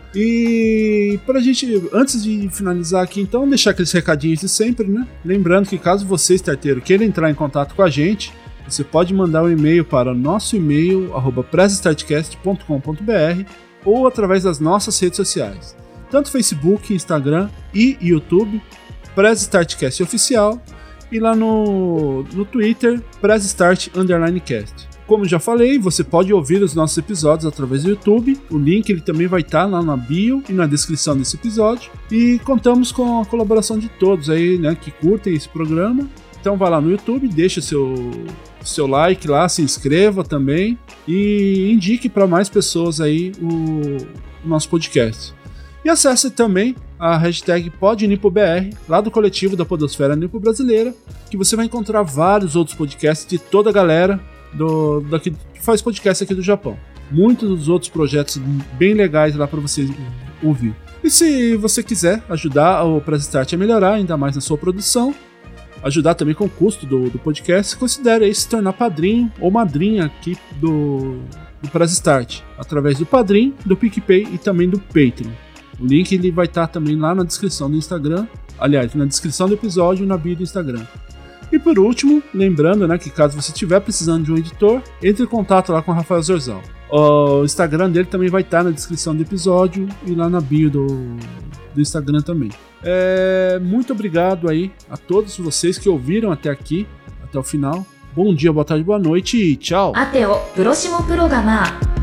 E pra gente, antes de finalizar aqui, então, deixar aqueles recadinhos de sempre, né? Lembrando que caso você, starteiro, queira entrar em contato com a gente, você pode mandar um e-mail para nosso e-mail, arroba press startcast ponto com ponto b r, ou através das nossas redes sociais, tanto Facebook, Instagram e YouTube, Press Startcast Oficial, e lá no, no Twitter, Press Start Underline Cast. Como já falei, você pode ouvir os nossos episódios através do YouTube. O link ele também vai estar lá na bio e na descrição desse episódio. E contamos com a colaboração de todos aí, né, que curtem esse programa. Então vai lá no YouTube, deixa seu, seu like lá, se inscreva também e indique para mais pessoas aí o, o nosso podcast. E acesse também a hashtag PodNipoBR, lá do coletivo da Podosfera Nipo Brasileira, que você vai encontrar vários outros podcasts de toda a galera do, daqui, que faz podcast aqui do Japão. Muitos dos outros projetos bem legais lá para você ouvir. E se você quiser ajudar o Press Start a melhorar ainda mais na sua produção, ajudar também com o custo do, do podcast, considere aí se tornar padrinho ou madrinha aqui do, do Press Start, através do Padrim, do PicPay e também do Patreon. O link ele vai estar também lá na descrição do Instagram, aliás, na descrição do episódio e na bio do Instagram. E por último, lembrando, né, que caso você estiver precisando de um editor, entre em contato lá com o Rafael Zorzal. O Instagram dele também vai estar na descrição do episódio e lá na bio do, do Instagram também. É, muito obrigado aí a todos vocês que ouviram até aqui, até o final. Bom dia, boa tarde, boa noite e tchau! あてをプロシモプロガマー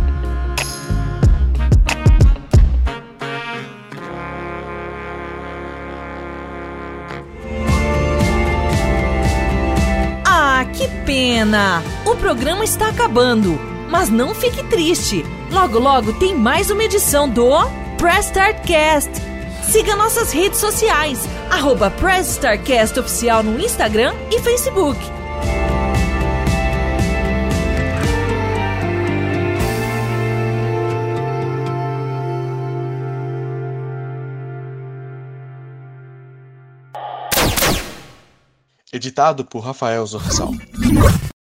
Ah, que pena! O programa está acabando, mas não fique triste. Logo, logo tem mais uma edição do Press Start Cast. Siga nossas redes sociais, arroba Press Start Cast Oficial no Instagram e Facebook. Editado por Rafael Zorzal.